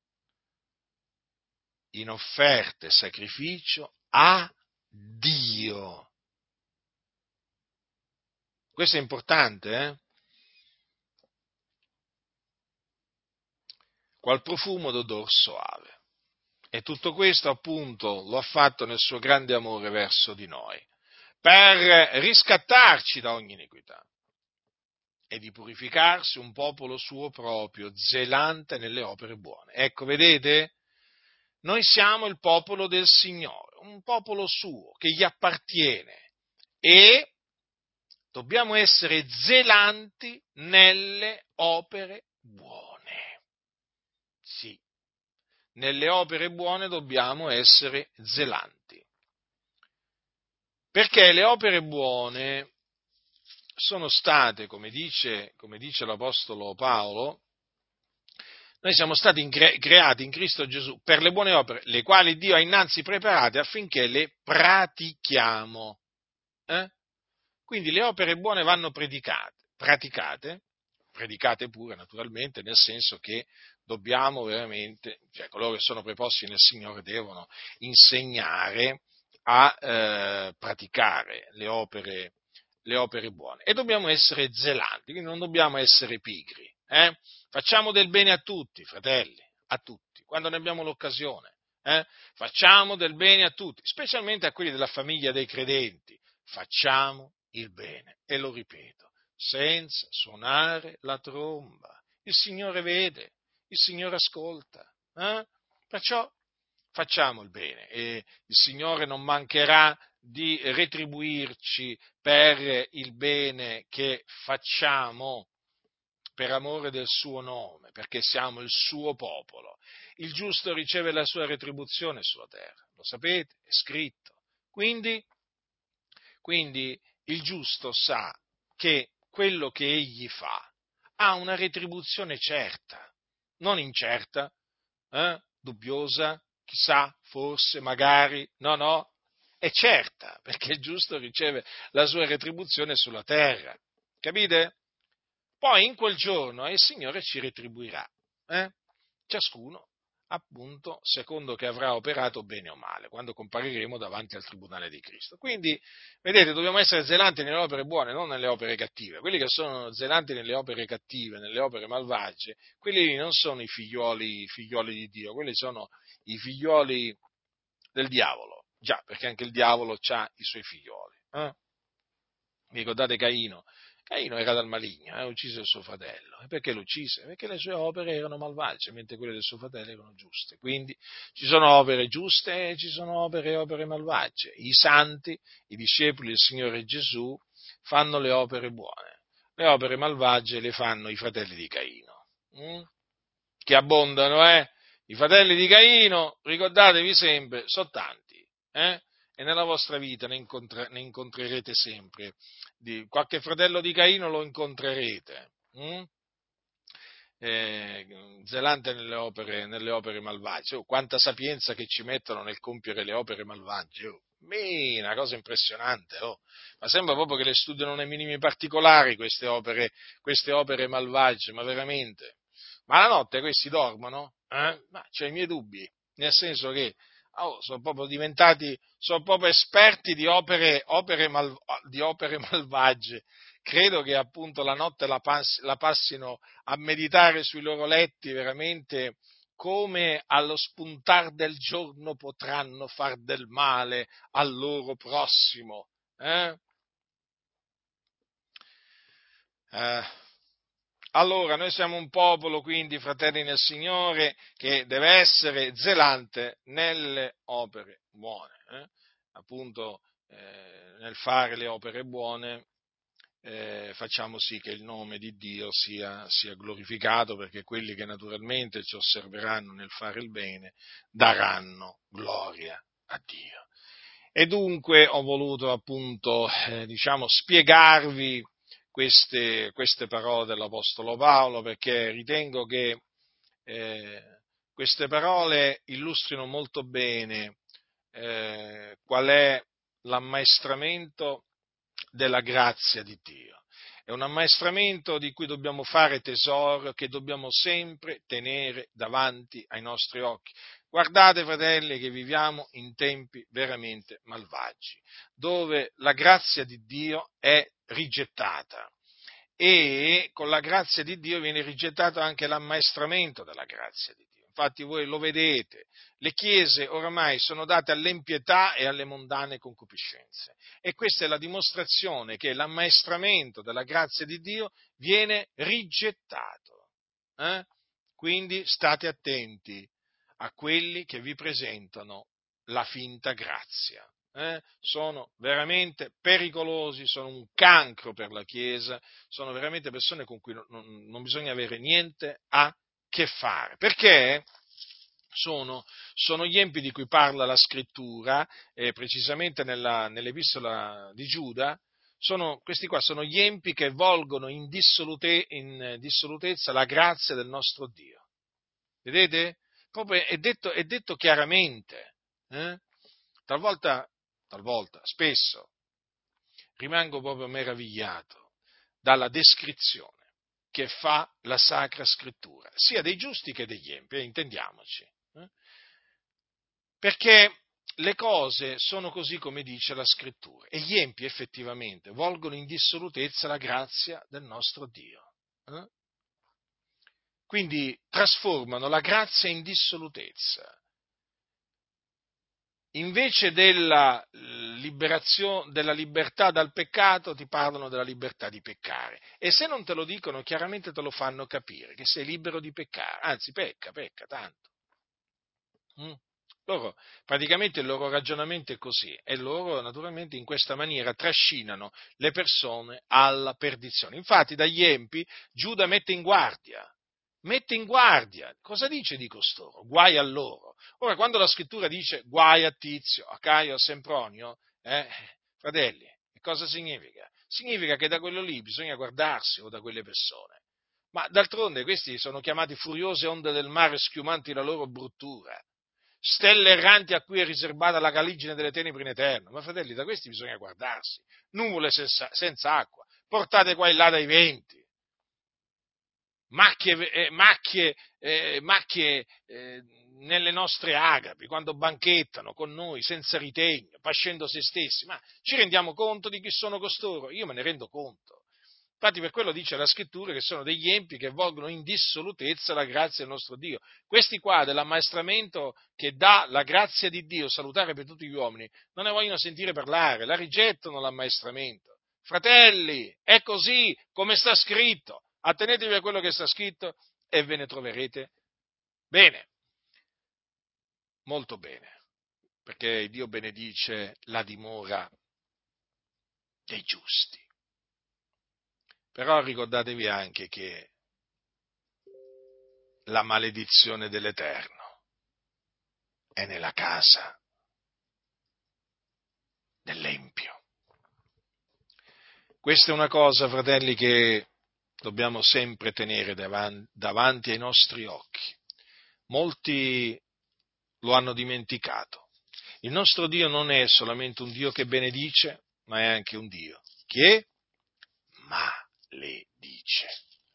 [SPEAKER 1] in offerta e sacrificio a Dio. Questo è importante, Qual profumo d'odor soave. E tutto questo appunto lo ha fatto nel suo grande amore verso di noi, per riscattarci da ogni iniquità e di purificarsi un popolo suo proprio, zelante nelle opere buone. Ecco, vedete? Noi siamo il popolo del Signore, un popolo suo che gli appartiene, e dobbiamo essere zelanti nelle opere buone. Sì, nelle opere buone dobbiamo essere zelanti. Perché le opere buone sono state, come dice l'Apostolo Paolo, noi siamo stati creati in Cristo Gesù per le buone opere, le quali Dio ha innanzi preparate affinché le pratichiamo. Quindi le opere buone vanno praticate pure naturalmente, nel senso che dobbiamo veramente, cioè coloro che sono preposti nel Signore devono insegnare a praticare le opere buone, e dobbiamo essere zelanti, quindi non dobbiamo essere pigri. Facciamo del bene a tutti, fratelli, a tutti, quando ne abbiamo l'occasione. Facciamo del bene a tutti, specialmente a quelli della famiglia dei credenti. Facciamo il bene, e lo ripeto, senza suonare la tromba. Il Signore vede, il Signore ascolta, Perciò facciamo il bene, e il Signore non mancherà di retribuirci per il bene che facciamo per amore del suo nome, perché siamo il suo popolo. Il giusto riceve la sua retribuzione sulla terra, lo sapete, è scritto. Quindi il giusto sa che quello che egli fa ha una retribuzione certa, non incerta, dubbiosa, chissà, forse, magari, no, è certa, perché il giusto riceve la sua retribuzione sulla terra, capite? Poi in quel giorno il Signore ci retribuirà, ciascuno appunto secondo che avrà operato bene o male, quando compariremo davanti al tribunale di Cristo. Quindi, vedete, dobbiamo essere zelanti nelle opere buone, non nelle opere cattive. Quelli che sono zelanti nelle opere cattive, nelle opere malvagie, quelli non sono i figlioli di Dio, quelli sono i figlioli del diavolo. Già, perché anche il diavolo ha i suoi figlioli. Vi ricordate Caino? Caino era dal maligno, ha ucciso il suo fratello. E perché lo uccise? Perché le sue opere erano malvagie, mentre quelle del suo fratello erano giuste. Quindi ci sono opere giuste e ci sono opere malvagie. I santi, i discepoli del Signore Gesù, fanno le opere buone. Le opere malvagie le fanno i fratelli di Caino, che abbondano, eh? I fratelli di Caino, ricordatevi sempre, sono tanti, e nella vostra vita ne incontrerete sempre. Qualche fratello di Caino lo incontrerete, zelante nelle opere malvagie. Oh, quanta sapienza che ci mettono nel compiere le opere malvagie. Oh. Una cosa impressionante, oh. Ma sembra proprio che le studiano nei minimi particolari queste opere malvagie, ma veramente. Ma la notte questi dormono? Ma c'ho i miei dubbi, nel senso che sono proprio sono proprio esperti di opere malvagie. Credo che appunto la notte la passino a meditare sui loro letti veramente come allo spuntar del giorno potranno far del male al loro prossimo. Eh? Eh, Allora, noi siamo un popolo, quindi, fratelli nel Signore, che deve essere zelante nelle opere buone. Appunto, nel fare le opere buone, facciamo sì che il nome di Dio sia glorificato, perché quelli che naturalmente ci osserveranno nel fare il bene daranno gloria a Dio. E dunque ho voluto appunto, spiegarvi queste parole dell'Apostolo Paolo, perché ritengo che eh, queste parole illustrino molto bene qual è l'ammaestramento della grazia di Dio. È un ammaestramento di cui dobbiamo fare tesoro, che dobbiamo sempre tenere davanti ai nostri occhi. Guardate, fratelli, che viviamo in tempi veramente malvagi, dove la grazia di Dio è rigettata e con la grazia di Dio viene rigettato anche l'ammaestramento della grazia di Dio. Infatti voi lo vedete, le chiese oramai sono date all'impietà e alle mondane concupiscenze, e questa è la dimostrazione che l'ammaestramento della grazia di Dio viene rigettato. Quindi state attenti a quelli che vi presentano la finta grazia. Sono veramente pericolosi, sono un cancro per la Chiesa, sono veramente persone con cui non bisogna avere niente a che fare, perché sono gli empi di cui parla la Scrittura, precisamente nell'Epistola di Giuda. Questi qua sono gli empi che volgono in dissolutezza la grazia del nostro Dio. Vedete? Proprio è detto chiaramente. Talvolta, spesso, rimango proprio meravigliato dalla descrizione che fa la Sacra Scrittura, sia dei giusti che degli empi, intendiamoci. Perché le cose sono così come dice la Scrittura, e gli empi effettivamente volgono in dissolutezza la grazia del nostro Dio. Quindi trasformano la grazia in dissolutezza. Invece della libertà dal peccato, ti parlano della libertà di peccare. E se non te lo dicono, chiaramente te lo fanno capire, che sei libero di peccare. Anzi, pecca tanto. Praticamente il loro ragionamento è così, e loro naturalmente in questa maniera trascinano le persone alla perdizione. Infatti dagli empi Giuda mette in guardia. Cosa dice di costoro? Guai a loro. Ora, quando la scrittura dice guai a Tizio, a Caio, a Sempronio, fratelli, che cosa significa? Significa che da quello lì bisogna guardarsi, o da quelle persone. Ma d'altronde questi sono chiamati furiose onde del mare schiumanti la loro bruttura, stelle erranti a cui è riservata la caligine delle tenebre in eterno. Ma fratelli, da questi bisogna guardarsi. Nuvole senza acqua, portate qua e là dai venti, macchie nelle nostre agapi, quando banchettano con noi senza ritegno, pascendo se stessi, ma ci rendiamo conto di chi sono costoro? Io me ne rendo conto. Infatti per quello dice la scrittura che sono degli empi che volgono in dissolutezza la grazia del nostro Dio. Questi qua dell'ammaestramento che dà la grazia di Dio, salutare per tutti gli uomini, non ne vogliono sentire parlare, la rigettano l'ammaestramento. Fratelli, è così come sta scritto, attenetevi a quello che sta scritto e ve ne troverete bene, molto bene, perché Dio benedice la dimora dei giusti. Però ricordatevi anche che la maledizione dell'Eterno è nella casa dell'empio. Questa è una cosa, fratelli, che dobbiamo sempre tenere davanti ai nostri occhi. Molti lo hanno dimenticato. Il nostro Dio non è solamente un Dio che benedice, ma è anche un Dio che maledice.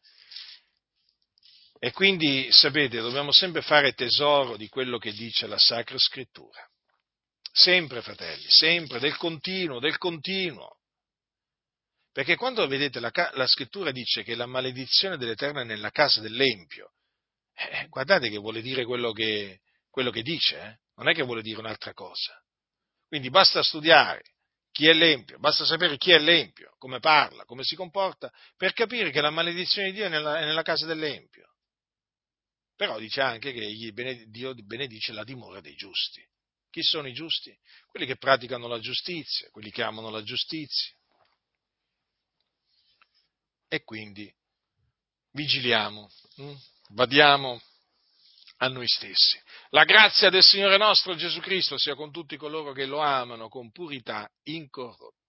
[SPEAKER 1] E quindi, sapete, dobbiamo sempre fare tesoro di quello che dice la Sacra Scrittura. Sempre, fratelli, sempre, del continuo, del continuo. Perché quando, vedete, la Scrittura dice che la maledizione dell'Eterno è nella casa dell'Empio, guardate che vuole dire quello che dice, non è che vuole dire un'altra cosa. Quindi basta studiare chi è l'Empio, basta sapere chi è l'Empio, come parla, come si comporta, per capire che la maledizione di Dio è nella casa dell'Empio. Però dice anche che Dio benedice la dimora dei giusti. Chi sono i giusti? Quelli che praticano la giustizia, quelli che amano la giustizia. E quindi vigiliamo, badiamo a noi stessi. La grazia del Signore nostro Gesù Cristo sia con tutti coloro che lo amano con purità incorrotta.